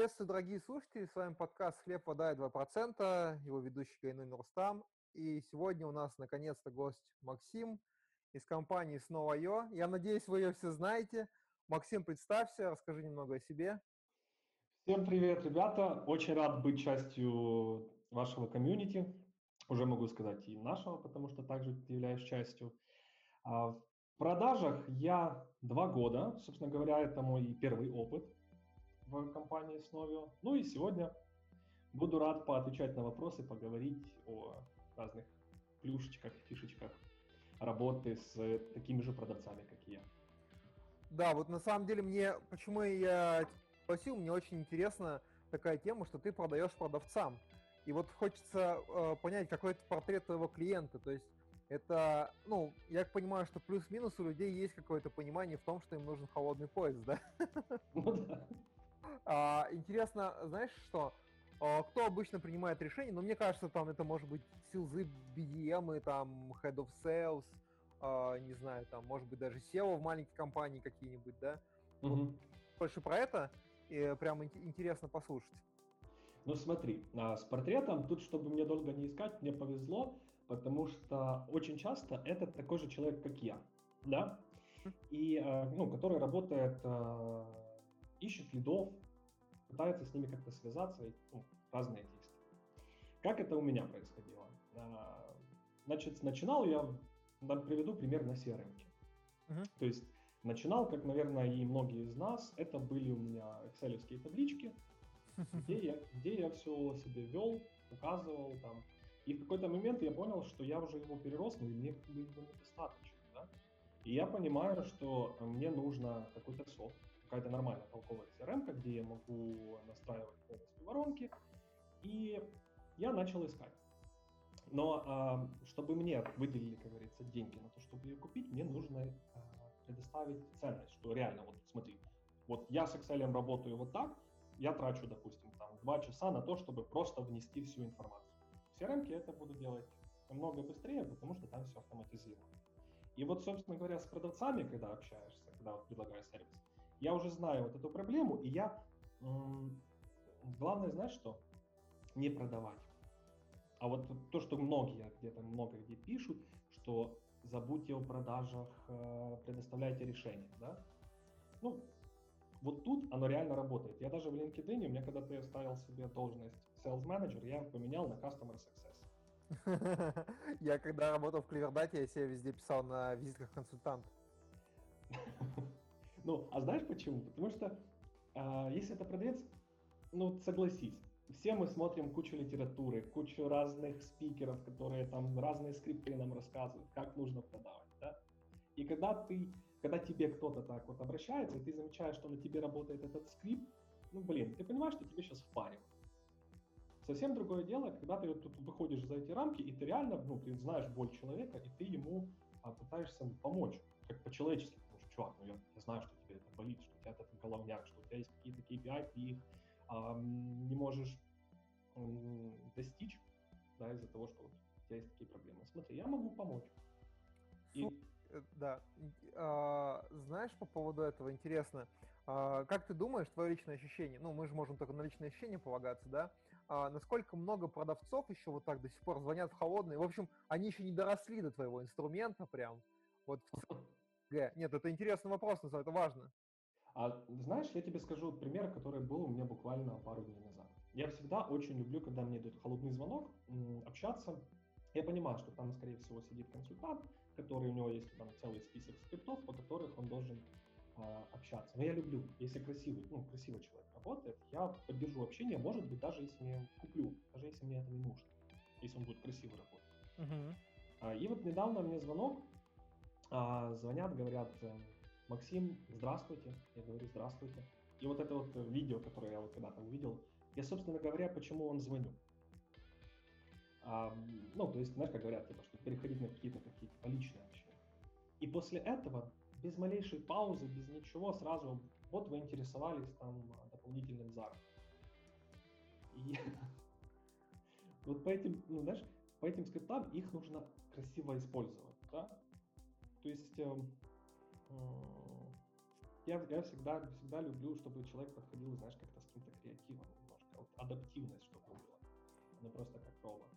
Приветствую, дорогие слушатели, с вами подкаст «Хлеб, вода и 2%», его ведущий Гайнун Рустам. И сегодня у нас наконец-то гость Максим из компании Snow.io. Я надеюсь, вы ее все знаете. Максим, представься, расскажи немного о себе. Всем привет, ребята! Очень рад быть частью вашего комьюнити. Уже могу сказать и нашего, потому что также являюсь частью. В продажах я 2 года. Собственно говоря, это мой первый опыт в компании Snow.io. Ну и сегодня буду рад поотвечать на вопросы, поговорить о разных плюшечках, фишечках работы с такими же продавцами, как и я. Да, вот на самом деле почему я тебя пригласил, мне очень интересна такая тема, что ты продаешь продавцам. И вот хочется понять, какой это портрет твоего клиента. То есть это, я понимаю, что плюс-минус у людей есть какое-то понимание в том, что им нужен холодный поезд, да? Ну да. Интересно, знаешь что? Кто обычно принимает решение? Ну, мне кажется, там это может быть силзы, BDM, там, Head of Sales, не знаю, там, может быть, даже SEO в маленькой компании какие-нибудь, да? Вот больше про это, и прям интересно послушать. Ну смотри, с портретом тут, чтобы мне долго не искать, мне повезло, потому что очень часто это такой же человек, как я, да, и, который работает, ищет лидов, пытается с ними как-то связаться, и, разные действия. Как это у меня происходило? Значит, начинал я, приведу пример на CRM-ке. То есть начинал, как, наверное, и многие из нас, это были у меня экселевские таблички, где я все себе вел, указывал там. И в какой-то момент я понял, что я уже его перерос, но и мне его недостаточно. Да? И я понимаю, что мне нужно какой-то софт, какая-то нормальная толковая CRM, где я могу настраивать полностью воронки. И я начал искать. Но чтобы мне выделили, как говорится, деньги на то, чтобы ее купить, мне нужно предоставить ценность, что реально, вот смотри, вот я с Excel работаю вот так, я трачу, допустим, там 2 часа на то, чтобы просто внести всю информацию. В CRM-ке это буду делать намного быстрее, потому что там все автоматизировано. И вот, собственно говоря, с продавцами, когда общаешься, когда вот предлагаешь сервис, я уже знаю вот эту проблему, и главное, знаешь что? Не продавать. А вот то, что многие где-то много где пишут, что забудьте о продажах, предоставляйте решение, да? Ну, вот тут оно реально работает. Я даже в LinkedIn, у меня когда-то я ставил себе должность Sales Manager, я поменял на Customer Success. Я когда работал в Клевердате, я себе везде писал на визитках консультант. Ну, а знаешь почему? Потому что если это продавец, ну, согласись, все мы смотрим кучу литературы, кучу разных спикеров, которые там разные скрипты нам рассказывают, как нужно продавать, да? И когда тебе кто-то так вот обращается, и ты замечаешь, что на тебе работает этот скрипт, ты понимаешь, что тебе сейчас впаривают. Совсем другое дело, когда ты вот тут выходишь за эти рамки, и ты реально, ты знаешь боль человека, и ты ему пытаешься помочь, как по-человечески, потому что, чувак, я знаю, что тебе это болит, что у тебя это головняк, что у тебя есть какие-то KPI, ты их не можешь достичь, да, из-за того, что вот у тебя есть такие проблемы. Смотри, я могу помочь. Да. Знаешь, по поводу этого интересно, как ты думаешь, твое личное ощущение, мы же можем только на личные ощущения полагаться, да, насколько много продавцов еще вот так до сих пор звонят в холодные, в общем, они еще не доросли до твоего инструмента прям, вот в ЦГ. Нет, это интересный вопрос, но это важно. Знаешь, я тебе скажу пример, который был у меня буквально пару дней назад. Я всегда очень люблю, когда мне дают холодный звонок, общаться. Я понимаю, что там, скорее всего, сидит консультант, который у него есть там целый список скриптов, по которых он должен общаться. Но я люблю, если красивый человек работает, я поддержу общение, может быть, даже если я куплю, даже если мне это не нужно, если он будет красиво работать. И вот недавно мне звонок, звонят, говорят: Максим, здравствуйте. Я говорю: здравствуйте. И вот это вот видео, которое я вот когда-то увидел, я, собственно говоря, почему вам звоню. То есть, знаешь, как говорят, что переходить на какие-то личные общения. И после этого, без малейшей паузы, без ничего, сразу, вот вы интересовались там дополнительным заработком. И вот по этим скриптам их нужно красиво использовать, да? То есть я всегда люблю, чтобы человек подходил, знаешь, как-то с каким-то креативом немножко, вот адаптивность, чтобы была, а не просто как робот.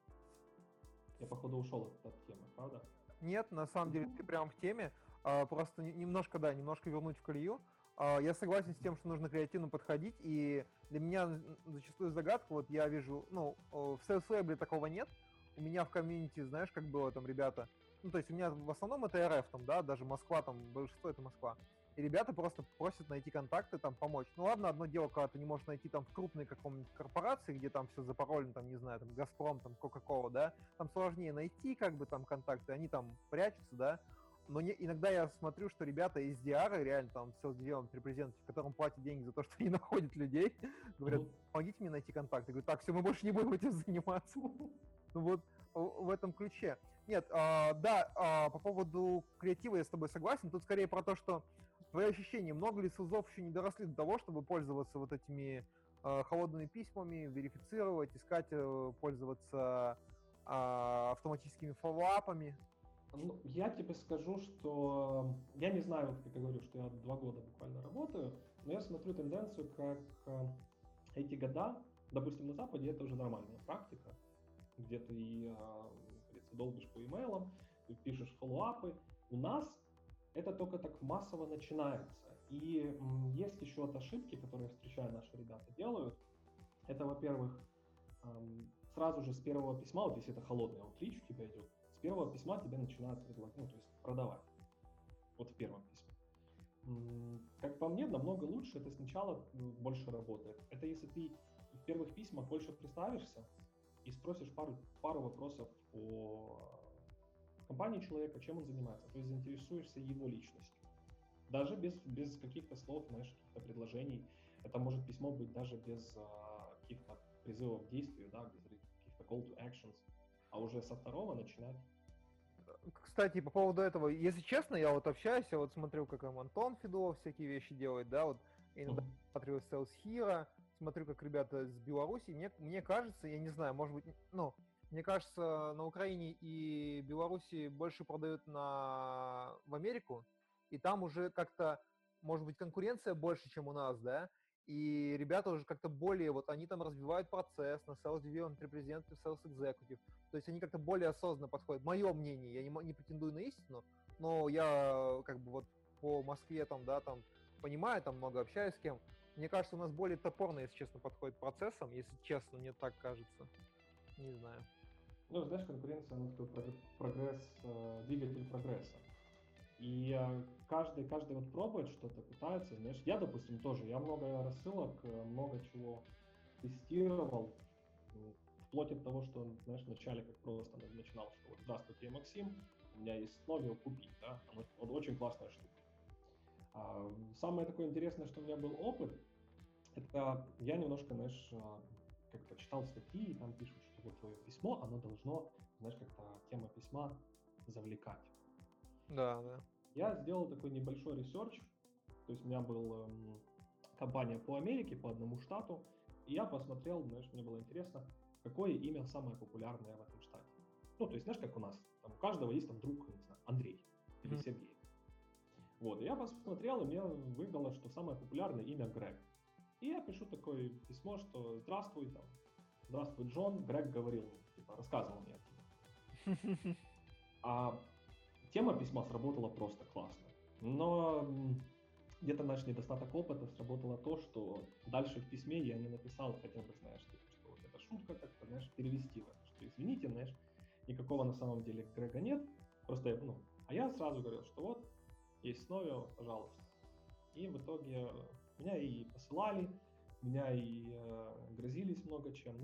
Я, походу, ушел от темы, правда? Нет, на самом деле ты прям в теме. Просто немножко, да, немножко вернуть в колею. Я согласен с тем, что нужно креативно подходить, и для меня зачастую загадка, вот я вижу, ну, в Sales Lab такого нет. У меня в комьюнити, знаешь, как было там ребята, ну, то есть у меня в основном это РФ, там, да, даже Москва, там, большинство это Москва. И ребята просто просят найти контакты, там, помочь. Ну ладно, одно дело, когда ты не можешь найти там в крупной каком-нибудь корпорации, где там все запаролено, там, не знаю, там, Газпром, там, Кока-Кола, да, там сложнее найти, как бы, там, контакты, они там прячутся, да, но иногда я смотрю, что ребята из DR, реально там sales development representative, которым платят деньги за то, что они находят людей, говорят, помогите мне найти контакты. Я говорю, так, все, мы больше не будем этим заниматься. Ну вот в этом ключе. Нет, да, по поводу креатива я с тобой согласен. Тут скорее про то, что твои ощущения, много ли СУЗов еще не доросли до того, чтобы пользоваться вот этими холодными письмами, верифицировать, искать, пользоваться автоматическими фоллоуапами? Ну, я тебе скажу, что я не знаю, вот как я говорю, что я 2 года буквально работаю, но я смотрю тенденцию, как эти года, допустим, на Западе это уже нормальная практика, где ты долбишь по имейлам, ты пишешь фоллоуапы. У нас это только так массово начинается. И есть еще вот ошибки, которые, я встречаю, наши ребята делают. Это, во-первых, сразу же с первого письма, вот если это холодный outreach у тебя идет, с первого письма тебе начинают предлагать, ну, то есть продавать. Вот в первом письме. Как по мне, намного лучше это сначала больше работает. Это если ты в первых письмах больше представишься и спросишь пару вопросов о компании человека, чем он занимается, то есть заинтересуешься его личностью. Даже без каких-то слов, знаешь, каких-то предложений. Это может письмо быть даже без каких-то призывов к действию, да, без каких-то call to actions, а уже со второго начинать. Кстати, по поводу этого, если честно, я вот общаюсь, я вот смотрю, как там Антон Федулов всякие вещи делает, да, вот иногда смотрю Sales Hero, смотрю, как ребята из Беларуси, мне кажется, я не знаю, может быть, ну, мне кажется, на Украине и Беларуси больше продают в Америку, и там уже как-то, может быть, конкуренция больше, чем у нас, да, и ребята уже как-то более, вот они там развивают процесс на Sales Development Representative, Sales Executive, то есть они как-то более осознанно подходят. Мое мнение, я не претендую на истину, но я как бы вот по Москве там, да, там понимаю, там много общаюсь с кем. Мне кажется, у нас более топорно, если честно, подходит к процессам, если честно, мне так кажется. Не знаю. Ну, знаешь, конкуренция, она такой прогресс, двигатель прогресса. И каждый вот пробует что-то, пытается, знаешь. Я, допустим, тоже, я много рассылок, много чего тестировал, вплоть от того, что, знаешь, вначале как просто начинал, что вот здравствуйте, я Максим, у меня есть Новио, купить, да, вот очень классная штука. Самое такое интересное, что у меня был опыт, это я немножко, знаешь, как-то читал статьи, и там пишут, что вот твое письмо, оно должно, знаешь, как-то тема письма завлекать. Да, да. Я сделал такой небольшой ресерч, то есть у меня была компания по Америке, по одному штату, и я посмотрел, знаешь, мне было интересно, какое имя самое популярное в этом штате. Ну, то есть, знаешь, как у нас, там у каждого есть там друг, не знаю, Андрей или Сергей. Вот, и я посмотрел, и мне выдало, что самое популярное имя Грег. И я пишу такое письмо, что здравствуй, там, здравствуй, Джон, Грег говорил, типа, рассказывал мне о тебе. А тема письма сработала просто классно. Но где-то наш недостаток опыта сработало то, что дальше в письме я не написал, хотя бы, знаешь, типа, что вот эта шутка как-то, знаешь, перевести в это, что извините, знаешь, никакого на самом деле Грега нет, просто я, а я сразу говорил, что вот, есть Новио, пожалуйста. И в итоге меня и посылали, меня и грозились много чем,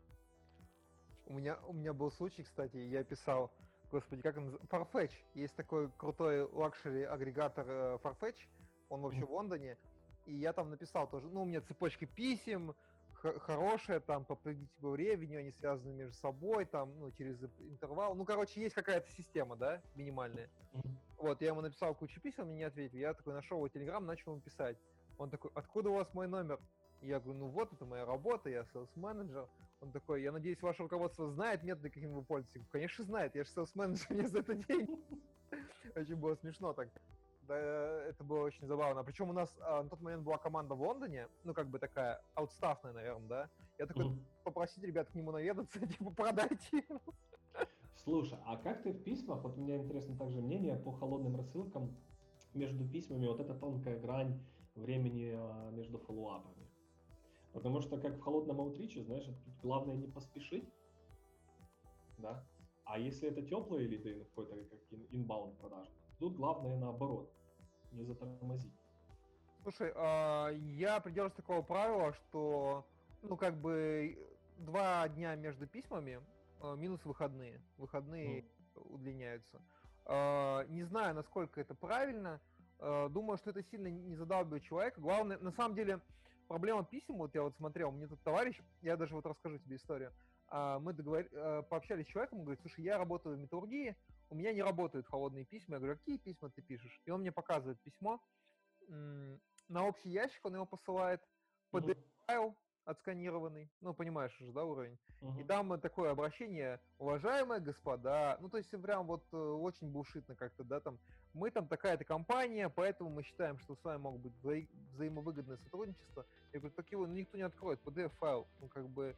У меня был случай, кстати, я писал, господи, как он называется? Farfetch. Есть такой крутой лакшери агрегатор Farfetch, он вообще в Лондоне, и я там написал тоже, ну, у меня цепочка писем, хорошая, там, по predictable revenue, они связаны между собой, там, ну, через интервал, ну, короче, есть какая-то система, да, минимальная. Вот, я ему написал кучу писем, он мне не ответил, я такой нашел его телеграм, начал ему писать. Он такой, откуда у вас мой номер? Я говорю, ну вот, это моя работа, я селс-менеджер. Он такой, я надеюсь, ваше руководство знает методы, какими вы пользуетесь? Конечно, знает, я же селс-менеджер, мне за это деньги. Очень было смешно так. Да, это было очень забавно. Причем у нас на тот момент была команда в Лондоне, ну, как бы такая аутстафная, наверное, да. Я такой, Мгм. попросить ребят к нему наведаться, типа, продайте. Слушай, а как ты в письмах, вот мне интересно также мнение по холодным рассылкам между письмами, вот эта тонкая грань времени между фоллоуапами. Потому что как в холодном аутриче, знаешь, тут главное не поспешить, да, а если это теплые лиды, какой-то как инбаунд продажи, тут главное наоборот, не затормозить. Слушай, я придерживаюсь такого правила, что, ну, как бы 2 дня между письмами минус выходные. Выходные Мгм. удлиняются. Не знаю, насколько это правильно. Думаю, что это сильно не задалбивает человека. Главное, на самом деле, проблема писем, вот я вот смотрел, мне тут товарищ, я даже вот расскажу тебе историю. Мы пообщались с человеком, он говорит, слушай, я работаю в металлургии, у меня не работают холодные письма. Я говорю, какие письма ты пишешь? И он мне показывает письмо, на общий ящик он его посылает, Мгм. PDF-файл отсканированный, ну, понимаешь уже, да, уровень, и Мгм. там такое обращение, уважаемые господа, ну, то есть прям вот очень булшитно как-то, да, там, мы там такая-то компания, поэтому мы считаем, что с вами могут быть взаимовыгодное сотрудничество. Я говорю, так его никто не откроет, PDF-файл, ну, как бы,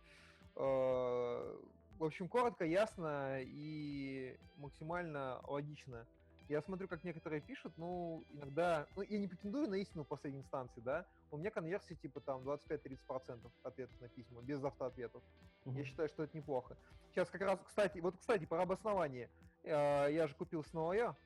в общем, коротко, ясно и максимально логично. Я смотрю, как некоторые пишут, ну, иногда, ну, я не претендую на истину в последней инстанции, да, у меня конверсия типа там 25-30% ответов на письма, без автоответов. Я Мгм. считаю, что это неплохо. Сейчас как раз, кстати, про обоснование. Я же купил снова.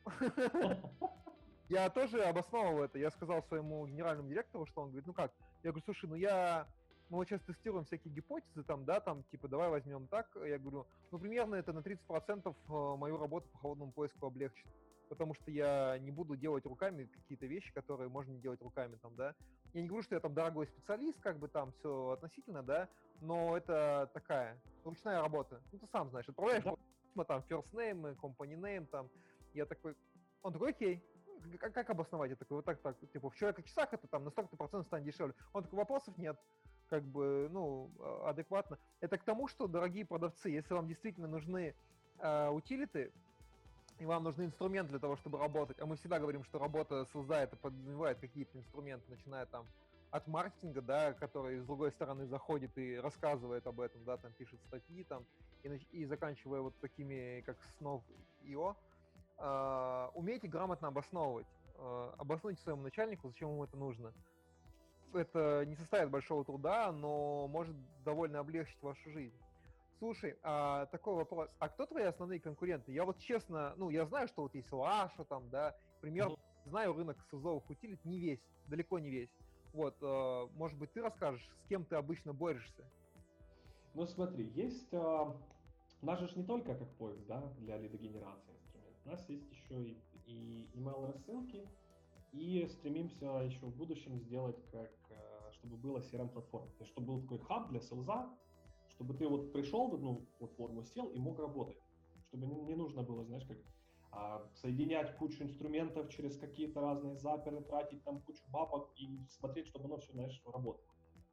Я тоже обосновывал это. Я сказал своему генеральному директору, что он говорит, ну как? Я говорю, слушай, мы вот сейчас тестируем всякие гипотезы, там, да, там, типа, давай возьмем так. Я говорю, ну, примерно это на 30% мою работу по холодному поиску облегчит. Потому что я не буду делать руками какие-то вещи, которые можно не делать руками, там, да. Я не говорю, что я там дорогой специалист, как бы там все относительно, да, но это такая ручная работа. Ну, ты сам знаешь, отправляешь Да. письма, там, first name, company name, там. Я такой, он такой, окей, как обосновать? Я такой, вот так, типа, в человека-часах это там на столько-то процентов станет дешевле. Он такой, вопросов нет, как бы, ну, адекватно. Это к тому, что, дорогие продавцы, если вам действительно нужны утилиты, и вам нужны инструменты для того, чтобы работать, а мы всегда говорим, что работа создает и подразумевает какие-то инструменты, начиная там от маркетинга, да, который с другой стороны заходит и рассказывает об этом, да, там пишет статьи там, и заканчивая вот такими, как Снов.io, умейте грамотно обосновывать. Обоснуйте своему начальнику, зачем ему это нужно. Это не составит большого труда, но может довольно облегчить вашу жизнь. Слушай, такой вопрос. А кто твои основные конкуренты? Я вот честно, ну, я знаю, что вот есть Лаша там, да, примерно Мгм. знаю рынок СИЗОвых утилит, не весь, далеко не весь. Вот, может быть, ты расскажешь, с кем ты обычно борешься? Ну смотри, есть, у нас же ж не только как поиск, да, для лидогенерации инструмент. У нас есть еще и email рассылки, и стремимся еще в будущем сделать, как, чтобы была CRM-платформа. То есть, чтобы был такой хаб для селза, чтобы ты вот пришел в одну платформу, сел и мог работать. Чтобы не нужно было, знаешь, как соединять кучу инструментов через какие-то разные заперы, тратить там кучу бабок и смотреть, чтобы оно все, знаешь, работало.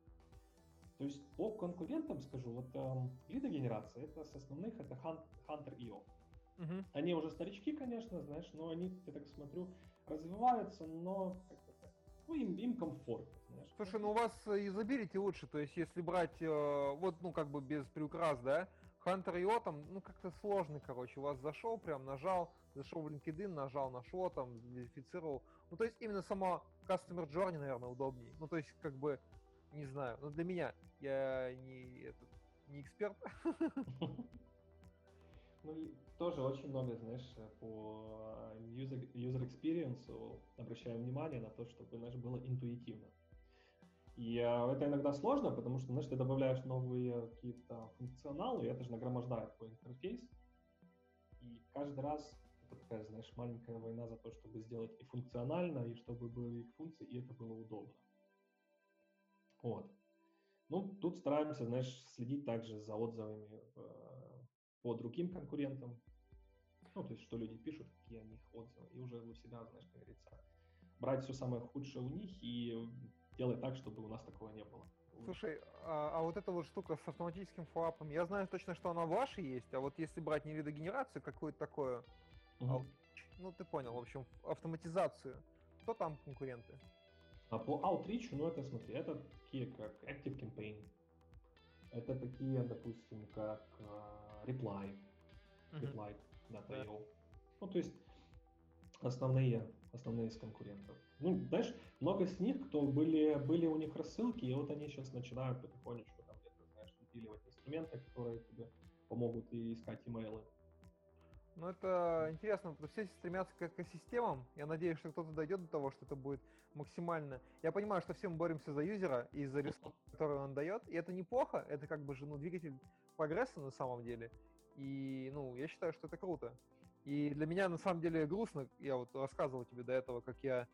То есть по конкурентам скажу, вот лидогенерация, это с основных, это Hunter.io. Мгм. Они уже старички, конечно, знаешь, но они, я так смотрю, развиваются, но как-то так, ну, им комфортно, знаешь. Слушай, ну у вас юзабилити лучше, то есть если брать, вот, ну, как бы без приукрас, да, Hunter.io там, ну, как-то сложный, короче, у вас зашел, прям нажал, зашел в LinkedIn, нажал, нашло, там, верифицировал. Ну, то есть именно сама Customer Journey, наверное, удобнее. Ну, то есть, как бы, не знаю, ну, для меня, я не эксперт. Ну и тоже очень много, знаешь, по user experience обращаем внимание на то, чтобы, знаешь, было интуитивно. И это иногда сложно, потому что, знаешь, ты добавляешь новые какие-то функционалы, и это же нагромождает твой интерфейс. И каждый раз это такая, знаешь, маленькая война за то, чтобы сделать и функционально, и чтобы были их функции, и это было удобно. Вот. Ну, тут стараемся, знаешь, следить также за отзывами по другим конкурентам. Ну, то есть, что люди пишут, какие о них отзывы. И уже у себя, знаешь, как говорится, брать все самое худшее у них и делать так, чтобы у нас такого не было. Улучшать. Слушай, а вот эта вот штука с автоматическим флапом, я знаю точно, что она в вашей есть, а вот если брать не лидогенерацию, какую-то такую, Мгм. ну, ты понял, в общем, автоматизацию. кто там конкуренты? А по Outreach, ну это смотри, это такие как Active Campaign, это такие, допустим, как Reply, Мгм. Да. Reply.io. Ну, то есть основные из конкурентов. Ну, знаешь, много с них, кто были у них рассылки, и вот они сейчас начинают потихонечку там где-то, знаешь, выпиливать инструменты, которые тебе помогут и искать имейлы. Ну, это интересно, потому что все стремятся к экосистемам. Я надеюсь, что кто-то дойдет до того, что это будет максимально... Я понимаю, что все мы боремся за юзера и за ресурсы, которые он дает, и это неплохо, это как бы же, ну, двигатель прогресса на самом деле. И, ну, я считаю, что это круто. И для меня, на самом деле, грустно, я вот рассказывал тебе до этого, как я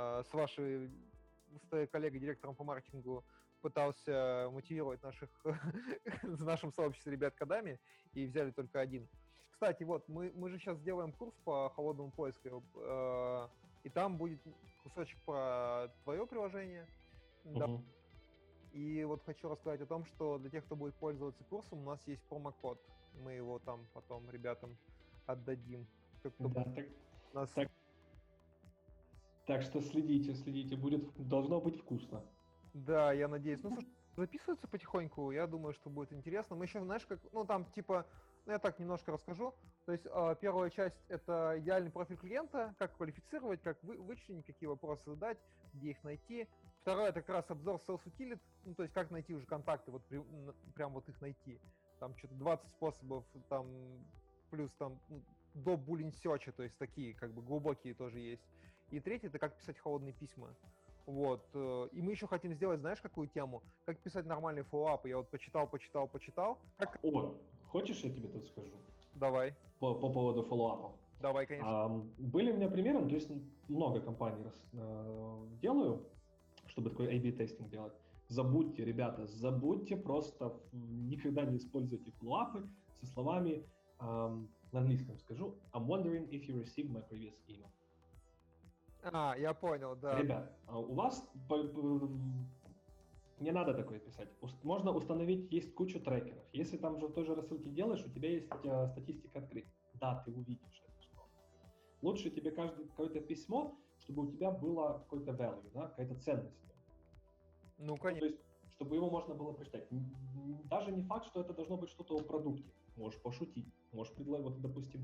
с твоей коллегой, директором по маркетингу, пытался мотивировать в нашем сообществе ребят кодами, и взяли только один. Кстати, вот, мы же сейчас сделаем курс по холодному поиску, и там будет кусочек про твое приложение. Да. Мгм. И вот хочу рассказать о том, что для тех, кто будет пользоваться курсом, у нас есть промокод. Мы его там потом ребятам отдадим. Кто Да, нас... так, так что следите, должно быть вкусно. Да, я надеюсь. Ну, слушай, записываются потихоньку, я думаю, что будет интересно. Мы еще, знаешь, как, ну, там, типа, ну, я так немножко расскажу. То есть, первая часть — это идеальный профиль клиента, как квалифицировать, как вычленить, какие вопросы задать, где их найти. Второе — это как раз обзор sales utility, ну, то есть, как найти уже контакты, вот прям вот их найти. Там что-то 20 способов, там, плюс там до bullet search, то есть, такие, как бы, глубокие тоже есть. И третье — это как писать холодные письма. Вот. И мы еще хотим сделать, знаешь, какую тему? Как писать нормальные фоллоуапы. Я вот почитал. Как... О, хочешь, я тебе тут скажу? Давай, По поводу фоллоуапов. конечно. Были у меня примеры, то есть много компаний делаю, чтобы такой A/B тестинг делать. Забудьте, ребята, просто никогда не используйте фоллоуапы со словами, на английском скажу, I'm wondering if you received my previous email. Я понял, да. Ребят, у вас не надо такое писать. Можно установить, есть куча трекеров. Если там же в той же рассылке делаешь, у тебя есть статистика открытий. Да, ты увидишь это. Что лучше тебе какое-то письмо, чтобы у тебя было какой-то value, да, какая-то ценность. Ну, Ну, конечно. то есть, чтобы его можно было прочитать. Даже не факт, что это должно быть что-то о продукте. Можешь пошутить, можешь предложить, вот, допустим,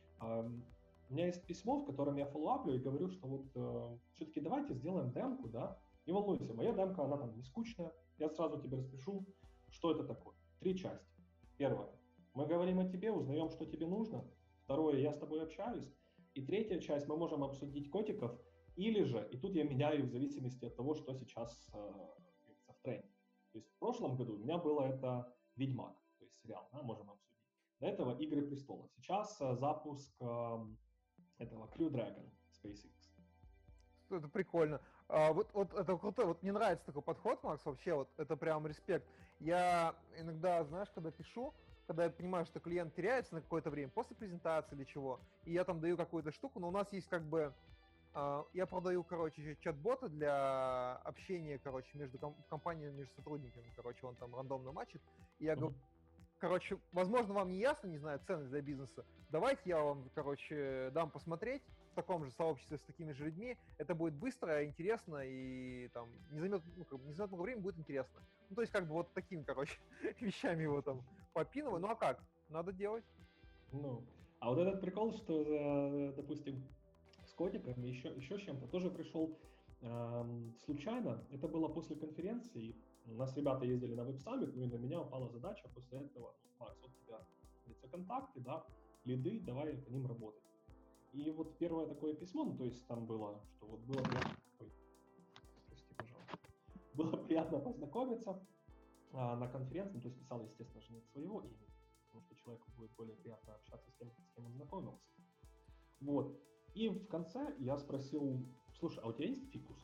у меня есть письмо, в котором я фоллоуаплю и говорю, что вот все-таки давайте сделаем демку, да, не волнуйся, моя демка, она там не скучная, я сразу тебе распишу, что это такое. 3 части. Первое, мы говорим о тебе, узнаем, что тебе нужно. Второе, я с тобой общаюсь. И третья часть, мы можем обсудить котиков, или же, и тут я меняю в зависимости от того, что сейчас в тренде. То есть в прошлом году у меня было это Ведьмак, то есть сериал, да, можем обсудить. До этого Игры престолов. Сейчас запуск этого Crew Dragon SpaceX. Это прикольно. Вот это круто. Вот мне нравится такой подход, Макс, вообще, вот это прям респект. Я иногда, знаешь, когда я понимаю, что клиент теряется на какое-то время после презентации или чего, и я там даю какую-то штуку, но у нас есть как бы я продаю, короче, чат-бота для общения, короче, между компаниями, между сотрудниками, короче, он там рандомно матчит. И я говорю, короче, возможно, вам не ясно, не знаю, ценность для бизнеса. Давайте я вам, короче, дам посмотреть в таком же сообществе с такими же людьми. Это будет быстро, интересно и там не займет, не займет много времени, будет интересно. Ну, то есть, как бы вот такими, короче, вещами его там попинываю. Ну, а как? Надо делать. Ну, а вот этот прикол, что, допустим, с котиками, еще с чем-то, тоже пришел случайно. Это было после конференции. У нас ребята ездили на веб-саммит, ну и на меня упала задача после этого. Макс, вот у тебя контакты, да, лиды, давай по ним работать. И вот первое такое письмо, ну то есть там было, что вот было приятно, прости, пожалуйста, было приятно познакомиться на конференции, ну, то есть писал, естественно же, не от своего имени, потому что человеку будет более приятно общаться с кем он знакомился. Вот. И в конце я спросил, слушай, а у тебя есть фикус?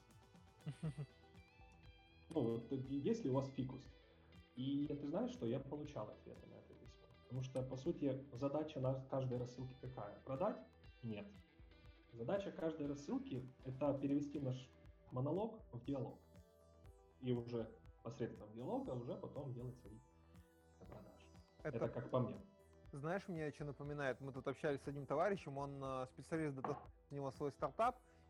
Ну, вот, есть ли у вас фикус? И ты знаешь, что я получал ответы на это письмо. Потому что, по сути, задача на каждой рассылке какая? Продать? Нет. Задача каждой рассылки – это перевести наш монолог в диалог. И уже посредством диалога уже потом делать свои продажи. Это как по мне. Знаешь, мне что напоминает? Мы тут общались с одним товарищем, он специалист дата, у него свой стартап,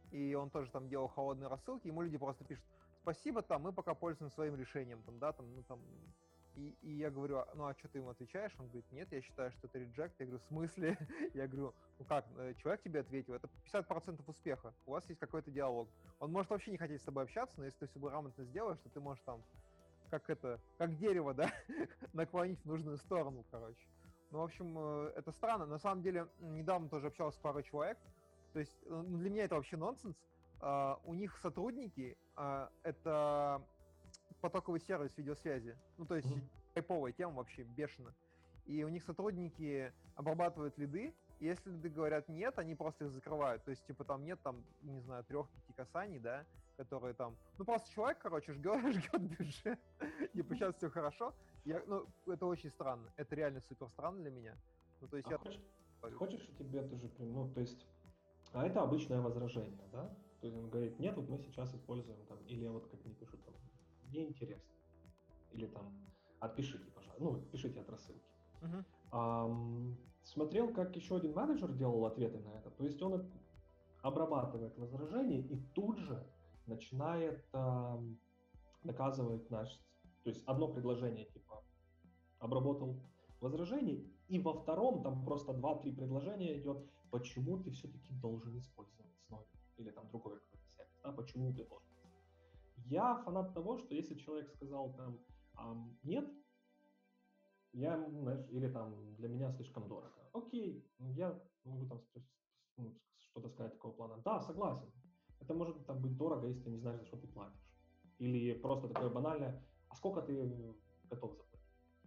и он тоже там делал холодные рассылки, ему люди просто пишут: спасибо, там, мы пока пользуемся своим решением, там, да, там, ну, там, и я говорю: ну, а что ты ему отвечаешь? Он говорит: нет, я считаю, что это реджект. Я говорю: в смысле? Я говорю: ну как, человек тебе ответил, это 50% успеха, у вас есть какой-то диалог. Он может вообще не хотеть с тобой общаться, но если ты все грамотно сделаешь, то ты можешь там, как дерево, да, наклонить в нужную сторону, короче. Ну, в общем, это странно. На самом деле, недавно тоже общался с парой человек, то есть для меня это вообще нонсенс. У них сотрудники это потоковый сервис видеосвязи. Ну, то есть хайповая тема вообще, бешено. И у них сотрудники обрабатывают лиды, и если лиды говорят нет, они просто их закрывают. То есть, типа, там нет, там, не знаю, 3-5 касаний, да, которые там... Ну, просто человек, короче, жгет бюджет, типа, сейчас все хорошо. Ну, это очень странно. Это реально супер странно для меня. Ну, то есть хочешь, что тебе тоже, ну, то есть, а это обычное возражение, да? То есть он говорит: нет, вот мы сейчас используем там, или вот как они пишут там, неинтересно. Или там, отпишите, пожалуйста, ну, пишите от рассылки. Смотрел, как еще один менеджер делал ответы на это. То есть он обрабатывает возражения и тут же начинает доказывать наш... То есть одно предложение типа обработал возражений, и во втором там просто 2-3 предложения идет, почему ты все-таки должен использовать Snowden или там другой какой-то сервис, да, почему ты должен. Я фанат того, что если человек сказал там нет, я, знаешь, или там для меня слишком дорого. Окей, я могу там что-то сказать такого плана. Да, согласен. Это может там быть дорого, если ты не знаешь, за что ты платишь. Или просто такое банальное: а сколько ты готов заплатить?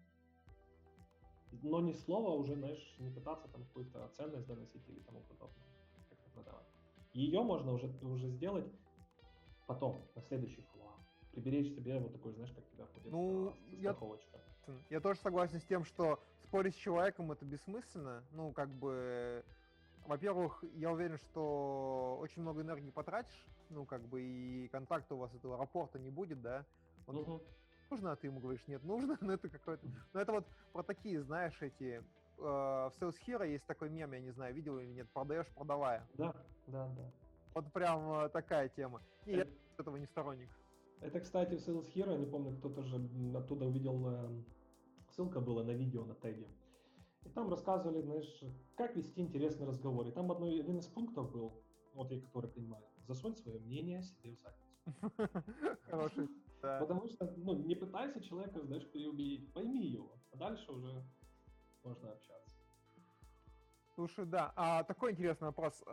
Но ни слова уже, знаешь, не пытаться там какую-то ценность доносить или тому подобное, как-то продавать. Ее можно уже сделать потом, на следующий фоллоуап. Приберечь себе вот такой, знаешь, как тебя будет страховочка. Я тоже согласен с тем, что спорить с человеком это бессмысленно. Ну, как бы, во-первых, я уверен, что очень много энергии потратишь, ну, как бы, и контакта у вас этого рапорта не будет, да. Нужно, а ты ему говоришь: нет, нужно, но это какой-то... Ну, это вот про такие, знаешь, эти... В Sales Hero есть такой мем, я не знаю, видел или нет: продаешь, продавая. Да. Вот прям такая тема. И я этого не сторонник. Это, кстати, в Sales Hero, не помню, кто-то же оттуда увидел, ссылка была на видео на теге. И там рассказывали, знаешь, как вести интересный разговор. И там один из пунктов был, вот я который понимаю: засунь свое мнение себе в задницу. Хороший, да. Потому что, ну, не пытайся человека, знаешь, переубедить, пойми его, а дальше уже можно общаться. Слушай, да. Такой интересный вопрос.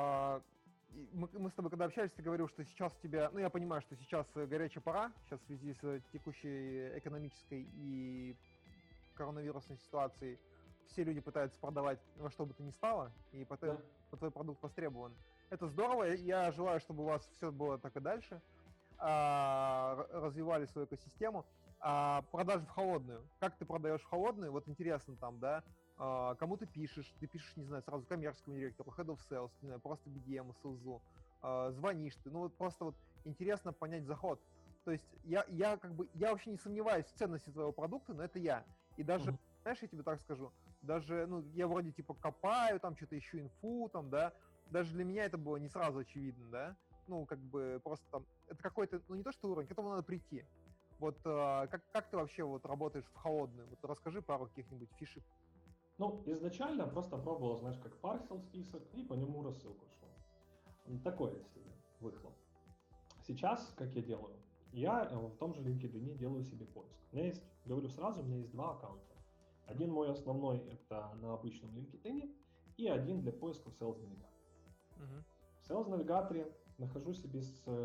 Мы с тобой когда общались, ты говорил, что сейчас у тебя... Ну, я понимаю, что сейчас горячая пора, сейчас в связи с текущей экономической и коронавирусной ситуацией все люди пытаются продавать во что бы то ни стало, и твой продукт востребован. Это здорово, я желаю, чтобы у вас все было так и дальше, развивали свою экосистему. Продажи в холодную. Как ты продаешь в холодную? Вот интересно там, да, кому ты пишешь, не знаю, сразу коммерческому директору, head of sales, не знаю, просто BDM, селзу, звонишь ты, ну вот просто вот интересно понять заход. То есть я вообще не сомневаюсь в ценности твоего продукта, но это я. И даже, знаешь, я тебе так скажу, даже, ну, я вроде типа копаю, там что-то ищу инфу, там, да, даже для меня это было не сразу очевидно, да, ну, как бы просто там, это какой-то, ну, не то что уровень, к этому надо прийти. Вот как ты вообще вот работаешь в холодную? Вот расскажи пару каких-нибудь фишек. Ну, изначально просто пробовал, знаешь, как парсил список и по нему рассылку шел. Такое себе выхлоп. Сейчас, как я делаю? Я в том же LinkedIn делаю себе поиск. У меня есть, говорю сразу, у меня есть 2 аккаунта. Один мой основной — это на обычном LinkedIn, и один для поиска в Sales Navigator. В Sales Navigator нахожу себе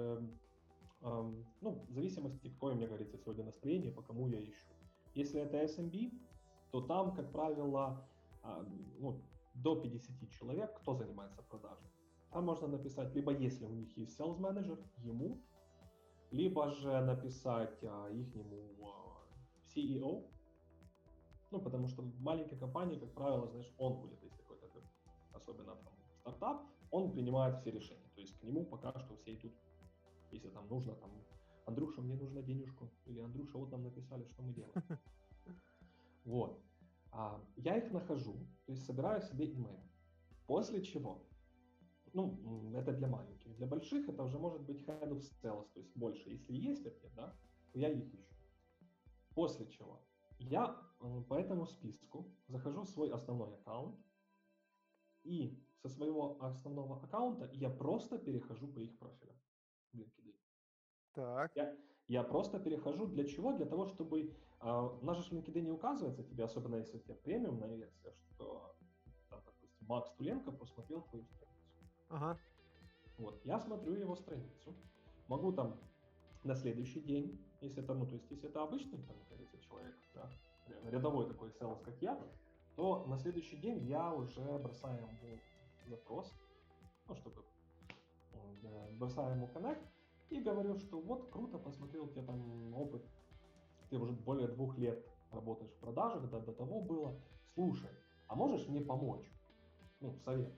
ну, в зависимости, какое у меня, говорится, сегодня настроение, по кому я ищу. Если это SMB, то там, как правило, ну, до 50 человек, кто занимается продажей. Там можно написать, либо если у них есть sales manager, ему, либо же написать ихнему CEO, ну, потому что в маленькой компании, как правило, знаешь, он будет, если какой-то, особенно там стартап, он принимает все решения, то есть к нему пока что все идут, если там нужно, там, Андрюша, мне нужно денежку, или Андрюша, вот нам написали, что мы делаем. Вот. Я их нахожу, то есть собираю себе email. После чего это для маленьких. Для больших это уже может быть head of sales, то есть больше. Если есть такие, да, то я их ищу. После чего я по этому списку захожу в свой основной аккаунт, и со своего основного аккаунта я просто перехожу по их профилям в LinkedIn. Так. Я просто перехожу для чего? Для того, чтобы... у нас же в LinkedIn указывается тебе, особенно если у тебя премиумная версия, что, там, допустим, Макс Туленко просмотрел твою страницу. Ага. Вот, я смотрю его страницу, могу там на следующий день, если это, то есть если это обычный, там, кажется, человек, да, рядовой такой селс, как я, то на следующий день я уже бросаю ему запрос, чтобы бросаю ему коннект и говорю, что вот круто, посмотрел, у тебя там опыт, ты уже более 2 лет работаешь в продажах, да, до того было, слушай, а можешь мне помочь? Совет.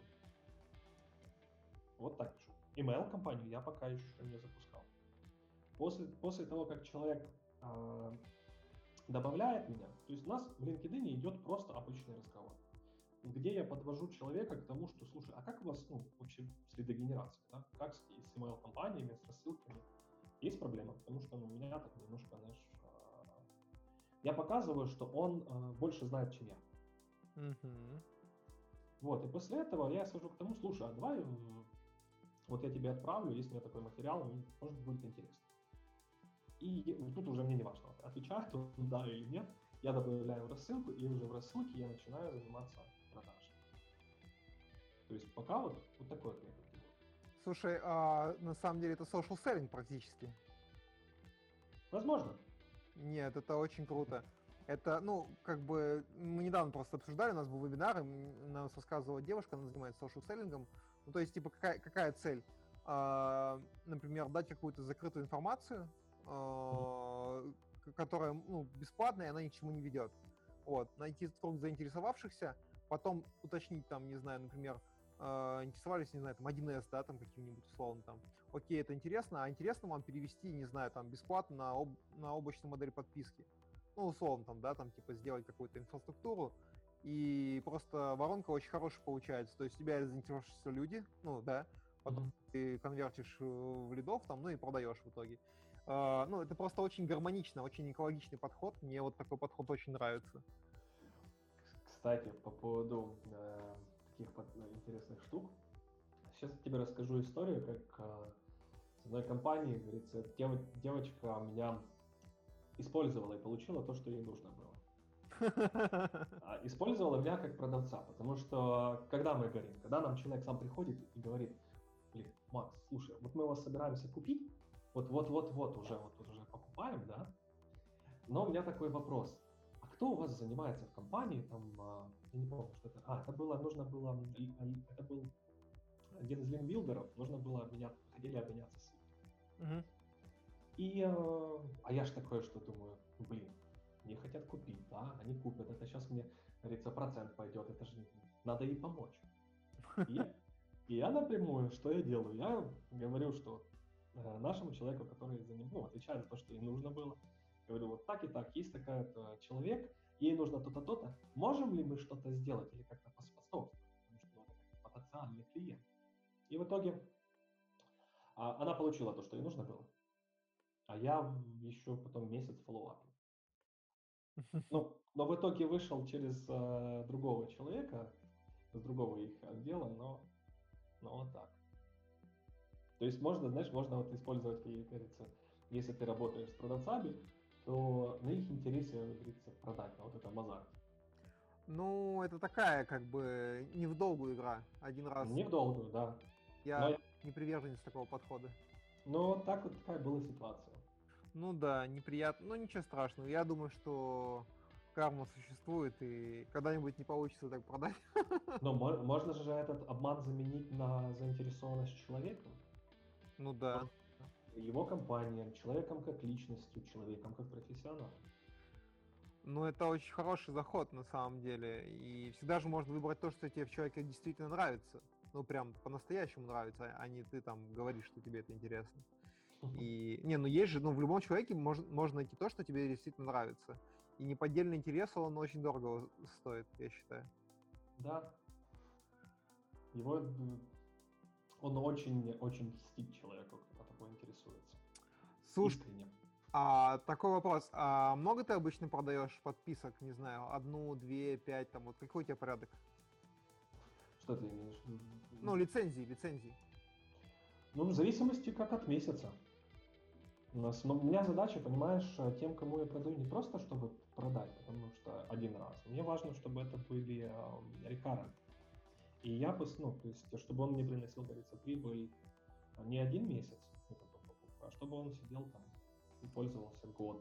Вот так пишу. Email компанию я пока еще не запускал. После того, как человек добавляет меня, то есть у нас в LinkedIn идет просто обычный разговор, где я подвожу человека к тому, что, слушай, а как у вас, вообще с лидогенерацией, да? Как с email-компаниями, с рассылками? Есть проблема, потому что у меня так немножко, знаешь, я показываю, что он больше знает, чем я. Угу. Вот, и после этого я схожу к тому, слушай, а давай вот я тебе отправлю, есть у меня такой материал, может будет интересно. И тут уже мне не важно, отвечает он да или нет, я добавляю в рассылку, и уже в рассылке я начинаю заниматься продажей. То есть пока вот такой вот метод. Слушай, на самом деле это social selling практически. Возможно. Нет, это очень круто. Это, мы недавно просто обсуждали, у нас был вебинар, и нам рассказывала девушка, она занимается social-селлингом. То есть, типа, какая цель? Например, дать какую-то закрытую информацию, которая, бесплатная, и она ни к чему не ведет. Вот, найти круг заинтересовавшихся, потом уточнить там, не знаю, например, интересовались, не знаю, там 1С, да, там каким-нибудь условно там. Окей, это интересно, а интересно вам перевести, не знаю, там бесплатно на облачную модель подписки. Условно там, да, там типа сделать какую-то инфраструктуру, и просто воронка очень хорошая получается. То есть у тебя заинтересовавшиеся люди, потом ты конвертишь в лидов там, и продаешь в итоге. Это просто очень гармонично, очень экологичный подход. Мне вот такой подход очень нравится. Кстати, по поводу таких интересных штук, сейчас я тебе расскажу историю, как с одной компанией, говорится, девочка меня использовала и получила то, что ей нужно было. Использовала меня как продавца, потому что, когда нам человек сам приходит и говорит, блин, Макс, слушай, вот мы вас собираемся купить, вот уже покупаем, да, но у меня такой вопрос, а кто у вас занимается в компании, там, я не помню, что это, это был один из линкбилдеров, нужно было хотели обменяться ссылкой. И, я ж такое, что думаю, блин, не хотят купить, да, они купят, это сейчас мне, говорится, процент пойдет, это же надо ей помочь. И я напрямую, что я делаю? Я говорю, что нашему человеку, который за него отвечает за то, что ей нужно было, говорю, вот так и так, есть такая-то человек, ей нужно то-то, то-то, можем ли мы что-то сделать или как-то поспособствовать, потому что это как потенциальный клиент. И в итоге она получила то, что ей нужно было, а я еще потом месяц фоллоуапил. Но в итоге вышел через другого человека, с другого их отдела, но вот так. То есть можно вот использовать, как говорится, если ты работаешь с продавцами, то на их интересе, как говорится, продать, вот это мазар. Это такая, как бы, не в долгую игра, один раз. Не в долгую, да. Я не приверженец такого подхода. Но такая была ситуация. Да, неприятно, но ничего страшного. Я думаю, что карма существует, и когда-нибудь не получится так продать. Но можно же этот обман заменить на заинтересованность человеком. Да. Его компаниям, человеком как личностью, человеком как профессионалом. Это очень хороший заход на самом деле. И всегда же можно выбрать то, что тебе в человеке действительно нравится. Прям по-настоящему нравится, а не ты там говоришь, что тебе это интересно. И, есть же, в любом человеке можно найти то, что тебе действительно нравится. И неподдельный интерес, он очень дорого стоит, я считаю. Да. Его Он очень льстит человеку, кто такой интересуется. Слушай, Искренне. такой вопрос. Много ты обычно продаешь подписок, не знаю, 1, 2, 5, там, вот какой у тебя порядок? Что ты имеешь в виду? Ну, лицензии. Ну, в зависимости как от месяца. Но у меня задача, понимаешь, тем, кому я продаю, не просто чтобы продать, потому что один раз. Мне важно, чтобы это были рекаррент. И я, ну, то есть, чтобы он мне приносил, говорится, прибыль не один месяц, это покупка, а чтобы он сидел там и пользовался год.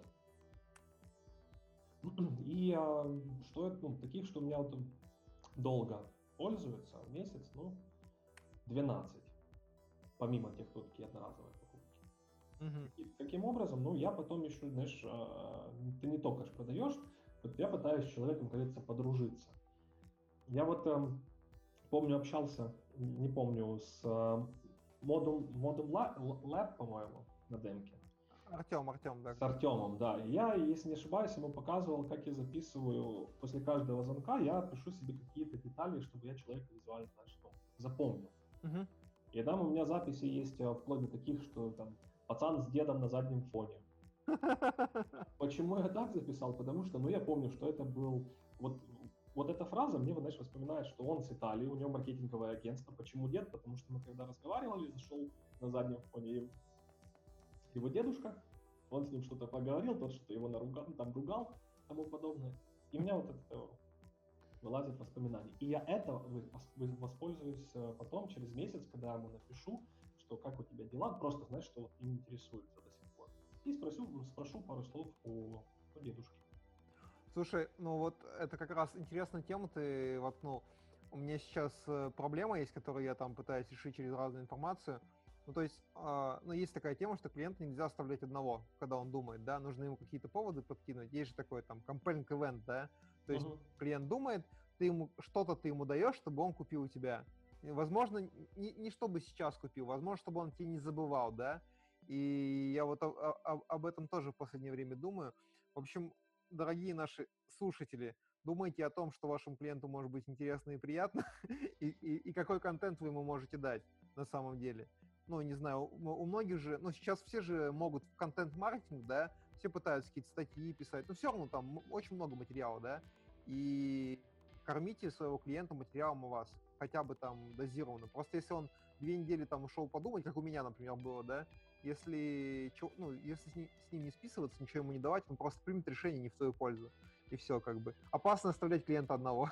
И что это, ну, таких, что у меня вот долго пользуются, месяц, ну, 12, помимо тех, кто такие одноразовые покупки. И таким образом, ну, я потом еще, знаешь, ты не только ж продаешь, вот я пытаюсь с человеком, как говорится, подружиться. Я вот помню, общался, не помню, с Modum Lab, по-моему, на демке. Артем, да. С Артемом, да. И я, если не ошибаюсь, ему показывал, как я записываю после каждого звонка, я пишу себе какие-то детали, чтобы я человека визуально, знаешь, ну, запомнил. И там у меня записи есть вплоть до таких, что там пацан с дедом на заднем фоне. Почему я так записал? Потому что, ну, я помню, что это был... Вот эта фраза мне, знаешь, вспоминает, что он с Италии, у него маркетинговое агентство. Почему дед? Потому что мы когда разговаривали, зашел на заднем фоне его дедушка, он с ним что-то поговорил, тот что-то его ругал, тому подобное. И у меня вот это вылазит воспоминания. И я это воспользуюсь потом, через месяц, когда ему напишу, что как у тебя дела, просто, знаешь, что вот им интересуется до сих пор. И спрошу пару слов у дедушки. Слушай, ну вот это как раз интересная тема, ты воткнул. У меня сейчас проблема есть, которую я там пытаюсь решить через разную информацию. Ну, то есть, ну, есть такая тема, что клиента нельзя оставлять одного, когда он думает, да, нужно ему какие-то поводы подкинуть. Есть же такой там compelling event, да, то есть клиент думает, что-то ты ему даешь, чтобы он купил у тебя. И, возможно, не чтобы сейчас купил, возможно, чтобы он тебе не забывал, да. И я вот об этом тоже в последнее время думаю. В общем, дорогие наши слушатели, думайте о том, что вашему клиенту может быть интересно и приятно, и какой контент вы ему можете дать на самом деле. Ну, не знаю, у многих же, ну, сейчас все же могут в контент-маркетинг, да, все пытаются какие-то статьи писать, но все равно там очень много материала, да, и кормите своего клиента материалом у вас, хотя бы там дозированно. Просто если он 2 недели там ушел подумать, как у меня, например, было, да, если с ним не списываться, ничего ему не давать, он просто примет решение не в свою пользу. И все, как бы. Опасно оставлять клиента одного.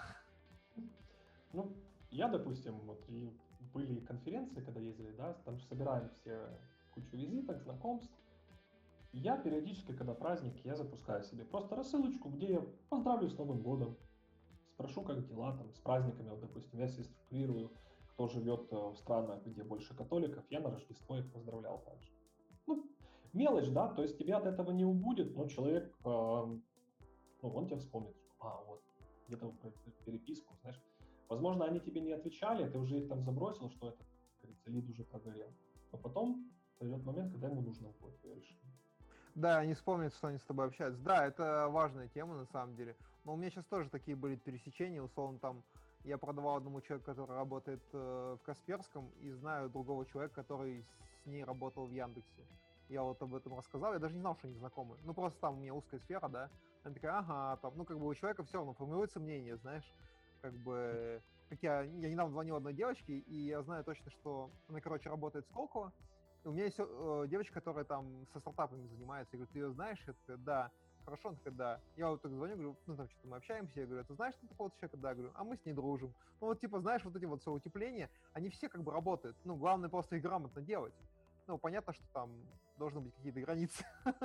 Ну, я, допустим, вот и были конференции, когда ездили, да, там же собираем все кучу визиток, знакомств. Я периодически, когда праздники, я запускаю себе просто рассылочку, где я поздравлю с Новым годом, спрошу, как дела, там, с праздниками, вот, допустим, я себе структурирую, кто живет в странах, где больше католиков, я на Рождество их поздравлял также. Ну, мелочь, да, то есть тебя от этого не убудет, но человек, ну, он тебя вспомнит, что, вот, где-то переписку, знаешь. Возможно, они тебе не отвечали, ты уже их там забросил, что это, как говорится, лид уже прогорел. Но потом придет момент, когда ему нужно будет твое решение. Да, они вспомнят, что они с тобой общаются. Да, это важная тема на самом деле. Но у меня сейчас тоже такие были пересечения, условно, там я продавал одному человеку, который работает в Касперском, и знаю другого человека, который с ней работал в Яндексе. Я вот об этом рассказал, я даже не знал, что они знакомы. Ну, просто там у меня узкая сфера, да. Она такая, ага, там, ну, как бы у человека все равно формируется мнение, знаешь, как бы, как я недавно звонил одной девочке, и я знаю точно, что она, короче, работает в Сколково. У меня есть девочка, которая там со стартапами занимается. Я говорю, ты ее знаешь? Я такая, да. Хорошо, она такая, да. Я вот так звоню, говорю, ну там что-то мы общаемся. Я говорю, ты знаешь такого человека? Да, говорю, а мы с ней дружим. Ну вот типа, знаешь, вот эти вот все утепления, они все как бы работают. Ну, главное просто их грамотно делать. Ну, понятно, что там должны быть какие-то границы.